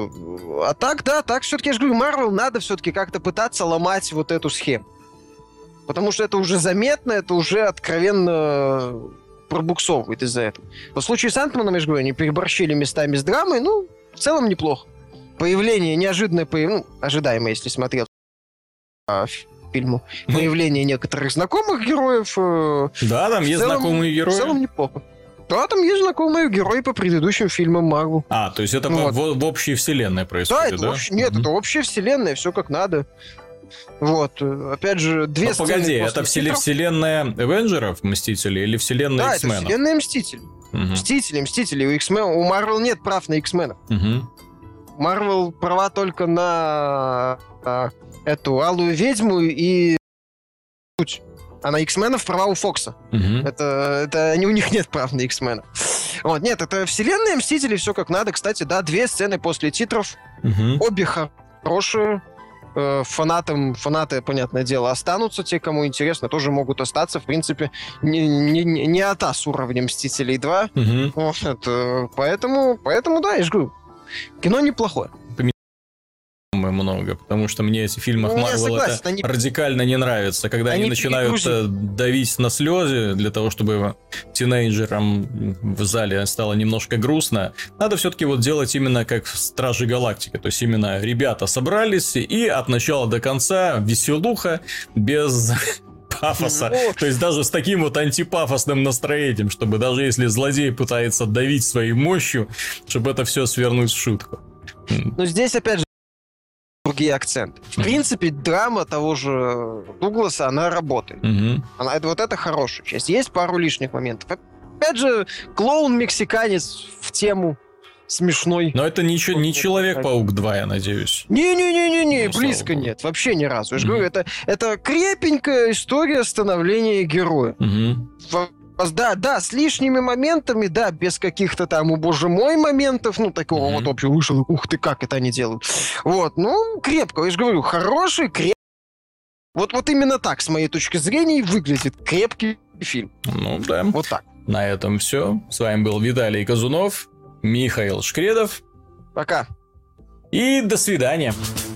А так, да, так все-таки, я же говорю, Марвел надо все-таки как-то пытаться ломать вот эту схему. Потому что это уже заметно, это уже откровенно пробуксовывает из-за этого. В случае с Ant-Маном, я же говорю, они переборщили местами с драмой, ну, в целом неплохо. Появление, неожиданное появление, ну, ожидаемо, если смотрел а, фильму, появление некоторых знакомых героев. Да, там есть целом, знакомые герои. В целом неплохо. Да, там есть знакомые герои по предыдущим фильмам Марвел. А, то есть это вот. в, в общей вселенной происходит, да? Это да? Общ... Нет, mm-hmm. это общая вселенная, все как надо. Вот, опять же, две Но сцены. Погоди, это вселенная, вселенная Авенджеров, Мстителей, или вселенная да, X-менов? Да, это вселенная Мстителей. Угу. Мстители, Мстители. У X-Men, у Марвел нет прав на X-менов. Марвел угу. права только на а, эту Алую Ведьму и а на X-менов права у Фокса. Угу. Это, это не у них нет прав на X-менов. Вот, нет, это вселенная Мстители, все как надо. Кстати, да, две сцены после титров. Угу. Обе хорошие. Фанатам, фанаты, понятное дело, останутся. Те, кому интересно, тоже могут остаться. В принципе, не, не, не ата с уровнем «Мстителей два». Угу. Вот, поэтому, поэтому, да, я же говорю, кино неплохое. Много, потому что мне эти фильмы ну, Марвел это они... радикально не нравится, когда они, они начинают перегрузили. давить на слезы для того, чтобы тинейджерам в зале стало немножко грустно. Надо все-таки вот делать именно как в Стражи Галактики, то есть именно ребята собрались и от начала до конца веселуха без пафоса, ну, то есть даже с таким вот антипафосным настроением, чтобы даже если злодей пытается давить своей мощью, чтобы это все свернуть в шутку. Но здесь опять же другие акценты. В mm-hmm. принципе, драма того же Дугласа, она работает. Mm-hmm. Она, это, вот это хорошая часть. Есть пару лишних моментов. Опять же, клоун-мексиканец в тему смешной. Но это не, не Человек-паук два, я надеюсь. Не-не-не-не, ну, близко нет. Вообще ни разу. Я же mm-hmm. говорю, это, это крепенькая история становления героя. Mm-hmm. Да, да, с лишними моментами, да, без каких-то там, о боже мой, моментов, ну, такого mm-hmm. вот вообще вышел, ух ты, как это они делают. Вот, ну, крепко, я же говорю, хороший, крепкий. Вот, вот именно так, с моей точки зрения, выглядит крепкий фильм. Ну, да. Вот так. На этом все. С вами был Виталий Казунов, Михаил Шкредов. Пока. И до свидания.